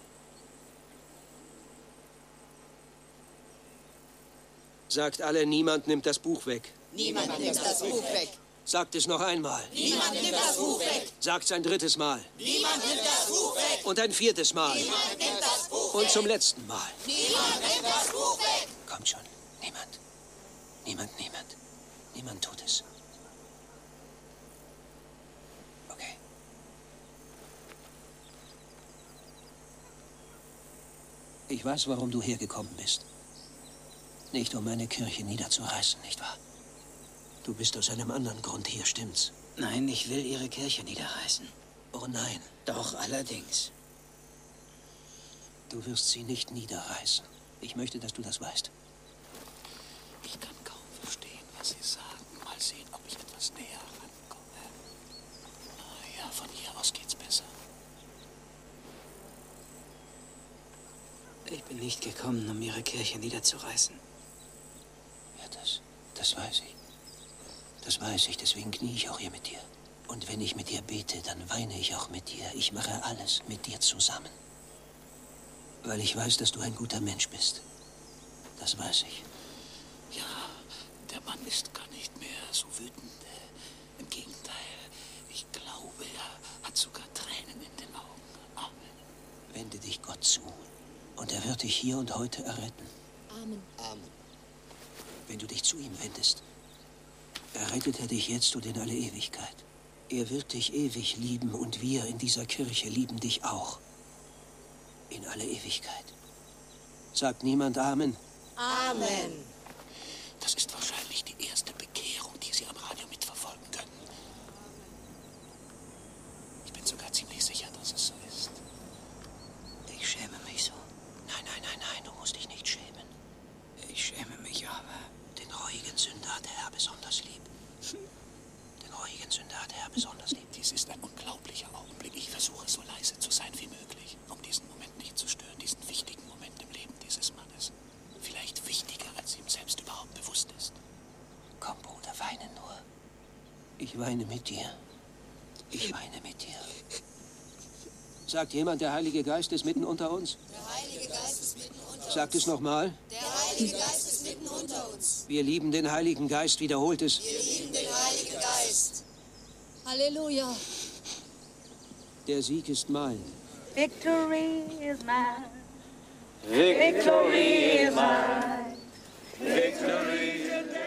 Sagt alle, niemand nimmt das Buch weg. Niemand nimmt das Buch weg. Sagt es noch einmal. Niemand nimmt das Buch weg. Sagt es ein drittes Mal. Niemand nimmt das Buch weg. Und ein viertes Mal. Niemand nimmt das Buch Und zum letzten Mal. Niemand nimmt das Buch weg. Kommt schon. Niemand. Niemand. Niemand tut es. Okay. Ich weiß, warum du hergekommen bist. Nicht um meine Kirche niederzureißen, nicht wahr? Du bist aus einem anderen Grund hier, stimmt's? Nein, ich will Ihre Kirche niederreißen. Oh nein, Doch, allerdings. du wirst sie nicht niederreißen. Ich möchte, dass du das weißt. Ich kann kaum verstehen, was Sie sagen. Mal sehen, ob ich etwas näher rankomme. Ja, von hier aus geht's besser. Ich bin nicht gekommen, um Ihre Kirche niederzureißen. Ja, das weiß ich. Das weiß ich, deswegen knie ich auch hier mit dir. Und wenn ich mit dir bete, dann weine ich auch mit dir. Ich mache alles mit dir zusammen. Weil ich weiß, dass du ein guter Mensch bist. Das weiß ich. Ja, der Mann ist gar nicht mehr so wütend. Im Gegenteil, ich glaube, er hat sogar Tränen in den Augen. Amen. Wende dich Gott zu. Und er wird dich hier und heute erretten. Amen. Wenn du dich zu ihm wendest, errettet er dich jetzt und in alle Ewigkeit. Er wird dich ewig lieben und wir in dieser Kirche lieben dich auch. In alle Ewigkeit. Sagt niemand Amen? Amen. Das ist wahrscheinlich die erste Bekehrung, die Sie am Radio mitverfolgen können. Ich bin sogar ziemlich sicher, dass es so ist. Ich schäme mich so. Nein, du musst dich nicht schämen. Ich schäme mich aber. Den reuigen Sünder hat der Herr besonders lieb. Den reuigen Sünde hat der Herr besonders lieb. Dies ist ein unglaublicher Augenblick. Ich versuche so leise zu sein wie möglich, um diesen Moment nicht zu stören, diesen wichtigen Moment im Leben dieses Mannes. Vielleicht wichtiger, als ihm selbst überhaupt bewusst ist. Komm, Bruder, weine nur. Ich weine mit dir. Ich weine mit dir. Sagt jemand, der Heilige Geist ist mitten unter uns? Der Heilige Geist ist mitten unter uns. Sagt es nochmal. Der Heilige Geist ist mitten unter uns. Wir lieben den Heiligen Geist, wiederholt es. Wir lieben den Heiligen Geist. Halleluja. Der Sieg ist mein. Victory is mine. Victory is mine. Victory is mine.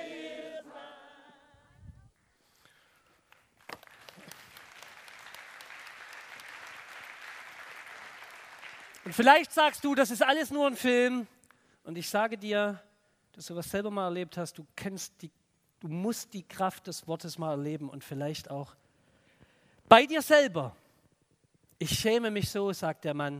Und vielleicht sagst du, das ist alles nur ein Film. Und ich sage dir, dass du was selber mal erlebt hast, du musst die Kraft des Wortes mal erleben und vielleicht auch bei dir selber. Ich schäme mich so, sagt der Mann.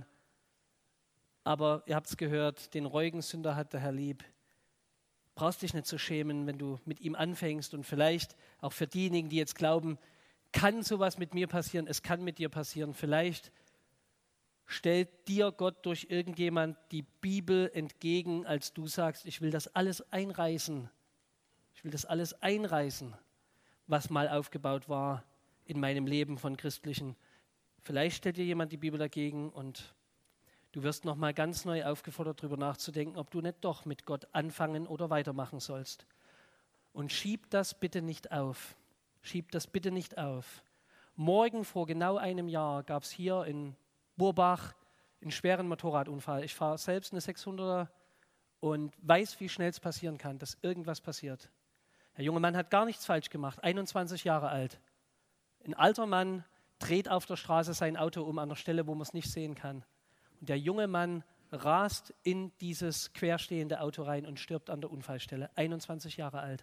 Aber ihr habt es gehört, den reuigen Sünder hat der Herr lieb. Brauchst dich nicht zu schämen, wenn du mit ihm anfängst. Und vielleicht auch für diejenigen, die jetzt glauben, kann sowas mit mir passieren, es kann mit dir passieren. Vielleicht stellt dir Gott durch irgendjemand die Bibel entgegen, als du sagst, ich will das alles einreißen. Ich will das alles einreißen, was mal aufgebaut war in meinem Leben von Christlichen. Vielleicht stellt dir jemand die Bibel dagegen und du wirst nochmal ganz neu aufgefordert, darüber nachzudenken, ob du nicht doch mit Gott anfangen oder weitermachen sollst. Und schieb das bitte nicht auf. Schieb das bitte nicht auf. Morgen vor genau einem Jahr gab es hier in Burbach einen schweren Motorradunfall. Ich fahre selbst eine 600er und weiß, wie schnell es passieren kann, dass irgendwas passiert. Der junge Mann hat gar nichts falsch gemacht, 21 Jahre alt. Ein alter Mann dreht auf der Straße sein Auto um an der Stelle, wo man es nicht sehen kann. Und der junge Mann rast in dieses querstehende Auto rein und stirbt an der Unfallstelle, 21 Jahre alt.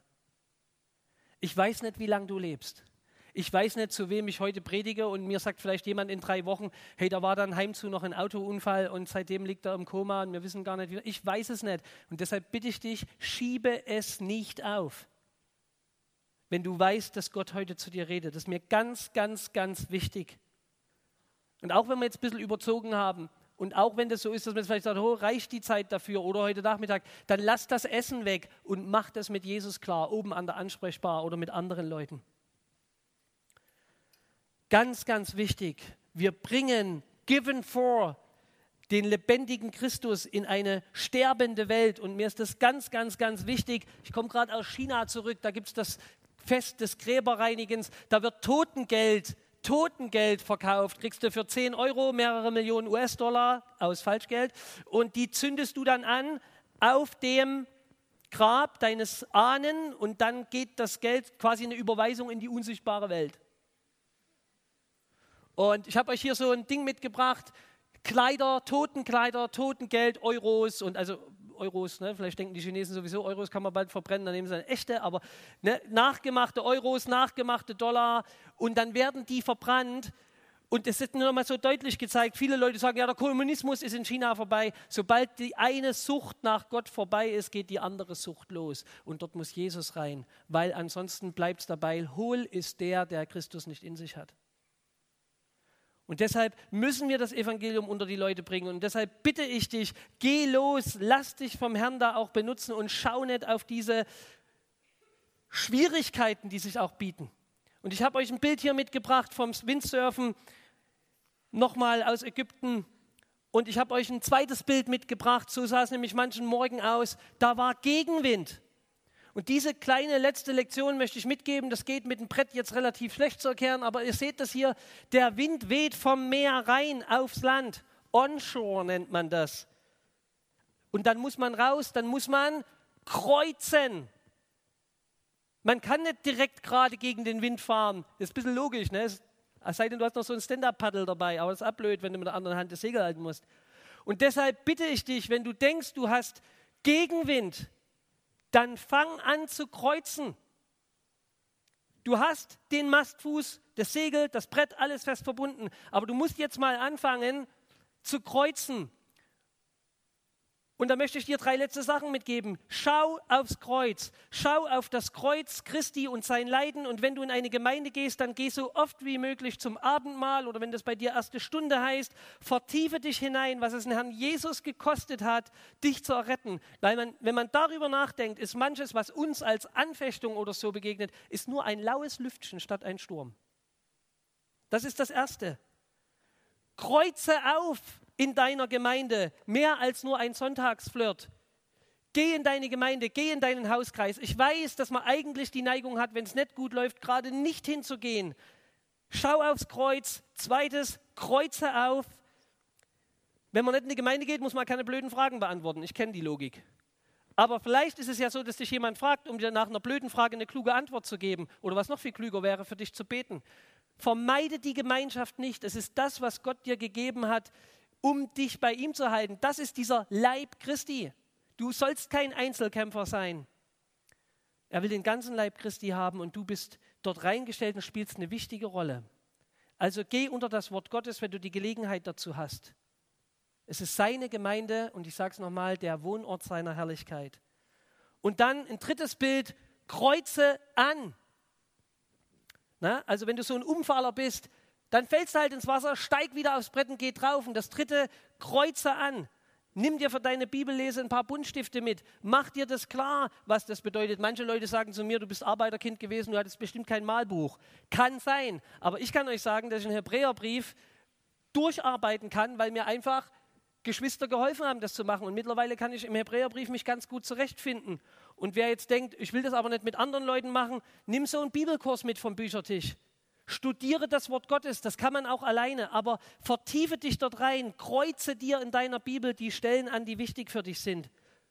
Ich weiß nicht, wie lange du lebst. Ich weiß nicht, zu wem ich heute predige und mir sagt vielleicht jemand in 3 Wochen, hey, da war dann heimzu noch ein Autounfall und seitdem liegt er im Koma und wir wissen gar nicht, wie. Ich weiß es nicht. Und deshalb bitte ich dich, schiebe es nicht auf. Wenn du weißt, dass Gott heute zu dir redet. Das ist mir ganz, ganz, ganz wichtig. Und auch wenn wir jetzt ein bisschen überzogen haben und auch wenn das so ist, dass man jetzt vielleicht sagt, oh, reicht die Zeit dafür oder heute Nachmittag, dann lass das Essen weg und mach das mit Jesus klar, oben an der Ansprechbar oder mit anderen Leuten. Ganz, ganz wichtig, wir bringen Given for den lebendigen Christus in eine sterbende Welt. Und mir ist das ganz, ganz, ganz wichtig. Ich komme gerade aus China zurück, da gibt es das Fest des Gräberreinigens. Da wird Totengeld verkauft. Kriegst du für 10 Euro mehrere Millionen US-Dollar aus Falschgeld. Und die zündest du dann an auf dem Grab deines Ahnen. Und dann geht das Geld quasi eine Überweisung in die unsichtbare Welt. Und ich habe euch hier so ein Ding mitgebracht, Kleider, Totengeld, Euros und also Euros, ne? Vielleicht denken die Chinesen sowieso, Euros kann man bald verbrennen, dann nehmen sie eine echte, aber ne? Nachgemachte Euros, nachgemachte Dollar und dann werden die verbrannt und es ist nur noch mal so deutlich gezeigt, viele Leute sagen, ja, der Kommunismus ist in China vorbei, sobald die eine Sucht nach Gott vorbei ist, geht die andere Sucht los und dort muss Jesus rein, weil ansonsten bleibt es dabei, hohl ist der Christus nicht in sich hat. Und deshalb müssen wir das Evangelium unter die Leute bringen. Und deshalb bitte ich dich, geh los, lass dich vom Herrn da auch benutzen und schau nicht auf diese Schwierigkeiten, die sich auch bieten. Und ich habe euch ein Bild hier mitgebracht vom Windsurfen, nochmal aus Ägypten. Und ich habe euch ein zweites Bild mitgebracht, so sah es nämlich manchen Morgen aus. Da war Gegenwind. Und diese kleine letzte Lektion möchte ich mitgeben, das geht mit dem Brett jetzt relativ schlecht zu erklären, aber ihr seht das hier, der Wind weht vom Meer rein aufs Land, onshore nennt man das. Und dann muss man raus, dann muss man kreuzen. Man kann nicht direkt gerade gegen den Wind fahren, das ist ein bisschen logisch, ne? Es sei denn, du hast noch so ein Stand-Up-Paddle dabei, aber das ist blöd, wenn du mit der anderen Hand das Segel halten musst. Und deshalb bitte ich dich, wenn du denkst, du hast Gegenwind, dann fang an zu kreuzen. Du hast den Mastfuß, das Segel, das Brett, alles fest verbunden. Aber du musst jetzt mal anfangen zu kreuzen. Und da möchte ich dir 3 letzte Sachen mitgeben. Schau aufs Kreuz. Schau auf das Kreuz Christi und sein Leiden. Und wenn du in eine Gemeinde gehst, dann geh so oft wie möglich zum Abendmahl. Oder wenn das bei dir erste Stunde heißt, vertiefe dich hinein, was es den Herrn Jesus gekostet hat, dich zu erretten. Weil wenn man darüber nachdenkt, ist manches, was uns als Anfechtung oder so begegnet, ist nur ein laues Lüftchen statt ein Sturm. Das ist das Erste. Kreuze auf in deiner Gemeinde, mehr als nur ein Sonntagsflirt. Geh in deine Gemeinde, geh in deinen Hauskreis. Ich weiß, dass man eigentlich die Neigung hat, wenn es nicht gut läuft, gerade nicht hinzugehen. Schau aufs Kreuz. 2. Kreuze auf. Wenn man nicht in die Gemeinde geht, muss man keine blöden Fragen beantworten. Ich kenne die Logik. Aber vielleicht ist es ja so, dass dich jemand fragt, um dir nach einer blöden Frage eine kluge Antwort zu geben. Oder was noch viel klüger wäre, für dich zu beten. Vermeide die Gemeinschaft nicht. Es ist das, was Gott dir gegeben hat, um dich bei ihm zu halten. Das ist dieser Leib Christi. Du sollst kein Einzelkämpfer sein. Er will den ganzen Leib Christi haben und du bist dort reingestellt und spielst eine wichtige Rolle. Also geh unter das Wort Gottes, wenn du die Gelegenheit dazu hast. Es ist seine Gemeinde und ich sage es nochmal, der Wohnort seiner Herrlichkeit. Und dann ein 3. Bild, Kreuze an. Na, also wenn du so ein Umfahrer bist, dann fällst du halt ins Wasser, steig wieder aufs Brett und geh drauf. Und das 3, kreuze an. Nimm dir für deine Bibellese ein paar Buntstifte mit. Mach dir das klar, was das bedeutet. Manche Leute sagen zu mir, du bist Arbeiterkind gewesen, du hattest bestimmt kein Malbuch. Kann sein. Aber ich kann euch sagen, dass ich einen Hebräerbrief durcharbeiten kann, weil mir einfach Geschwister geholfen haben, das zu machen. Und mittlerweile kann ich im Hebräerbrief mich ganz gut zurechtfinden. Und wer jetzt denkt, ich will das aber nicht mit anderen Leuten machen, nimm so einen Bibelkurs mit vom Büchertisch. Studiere das Wort Gottes, das kann man auch alleine, aber vertiefe dich dort rein, kreuze dir in deiner Bibel die Stellen an, die wichtig für dich sind.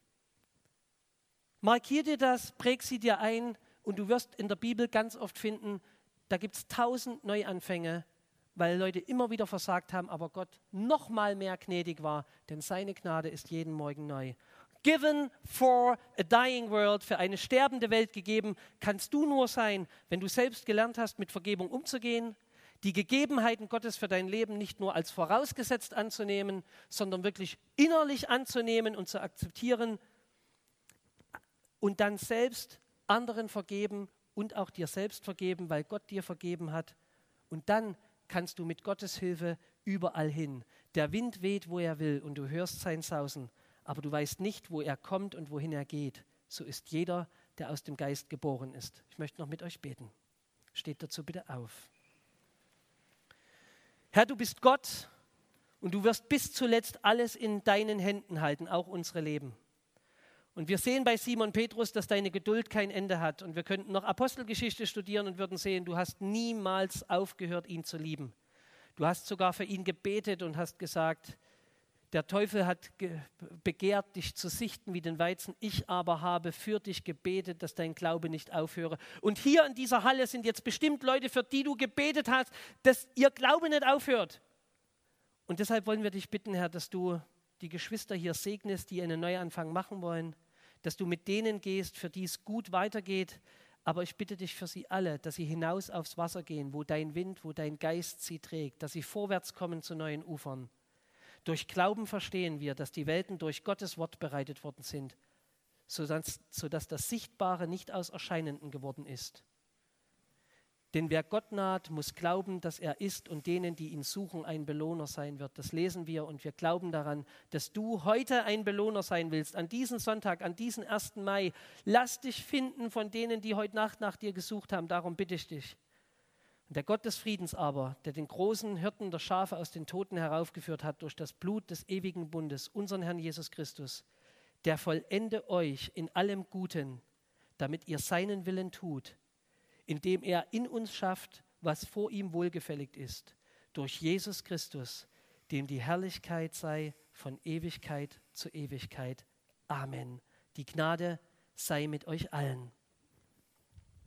Markier dir das, präg sie dir ein und du wirst in der Bibel ganz oft finden, da gibt es 1000 Neuanfänge, weil Leute immer wieder versagt haben, aber Gott noch mal mehr gnädig war, denn seine Gnade ist jeden Morgen neu. Given for a dying world, für eine sterbende Welt gegeben, kannst du nur sein, wenn du selbst gelernt hast, mit Vergebung umzugehen, die Gegebenheiten Gottes für dein Leben nicht nur als vorausgesetzt anzunehmen, sondern wirklich innerlich anzunehmen und zu akzeptieren und dann selbst anderen vergeben und auch dir selbst vergeben, weil Gott dir vergeben hat. Und dann kannst du mit Gottes Hilfe überall hin. Der Wind weht, wo er will und du hörst sein Sausen. Aber du weißt nicht, wo er kommt und wohin er geht. So ist jeder, der aus dem Geist geboren ist. Ich möchte noch mit euch beten. Steht dazu bitte auf. Herr, du bist Gott und du wirst bis zuletzt alles in deinen Händen halten, auch unsere Leben. Und wir sehen bei Simon Petrus, dass deine Geduld kein Ende hat. Und wir könnten noch Apostelgeschichte studieren und würden sehen, du hast niemals aufgehört, ihn zu lieben. Du hast sogar für ihn gebetet und hast gesagt, der Teufel hat begehrt, dich zu sichten wie den Weizen. Ich aber habe für dich gebetet, dass dein Glaube nicht aufhöre. Und hier in dieser Halle sind jetzt bestimmt Leute, für die du gebetet hast, dass ihr Glaube nicht aufhört. Und deshalb wollen wir dich bitten, Herr, dass du die Geschwister hier segnest, die einen Neuanfang machen wollen, dass du mit denen gehst, für die es gut weitergeht. Aber ich bitte dich für sie alle, dass sie hinaus aufs Wasser gehen, wo dein Wind, wo dein Geist sie trägt, dass sie vorwärts kommen zu neuen Ufern. Durch Glauben verstehen wir, dass die Welten durch Gottes Wort bereitet worden sind, sodass das Sichtbare nicht aus Erscheinenden geworden ist. Denn wer Gott naht, muss glauben, dass er ist und denen, die ihn suchen, ein Belohner sein wird. Das lesen wir und wir glauben daran, dass du heute ein Belohner sein willst, an diesem Sonntag, an diesem 1. Mai. Lass dich finden von denen, die heute Nacht nach dir gesucht haben, darum bitte ich dich. Und der Gott des Friedens aber, der den großen Hirten der Schafe aus den Toten heraufgeführt hat durch das Blut des ewigen Bundes, unseren Herrn Jesus Christus, der vollende euch in allem Guten, damit ihr seinen Willen tut, indem er in uns schafft, was vor ihm wohlgefällig ist, durch Jesus Christus, dem die Herrlichkeit sei von Ewigkeit zu Ewigkeit. Amen. Die Gnade sei mit euch allen.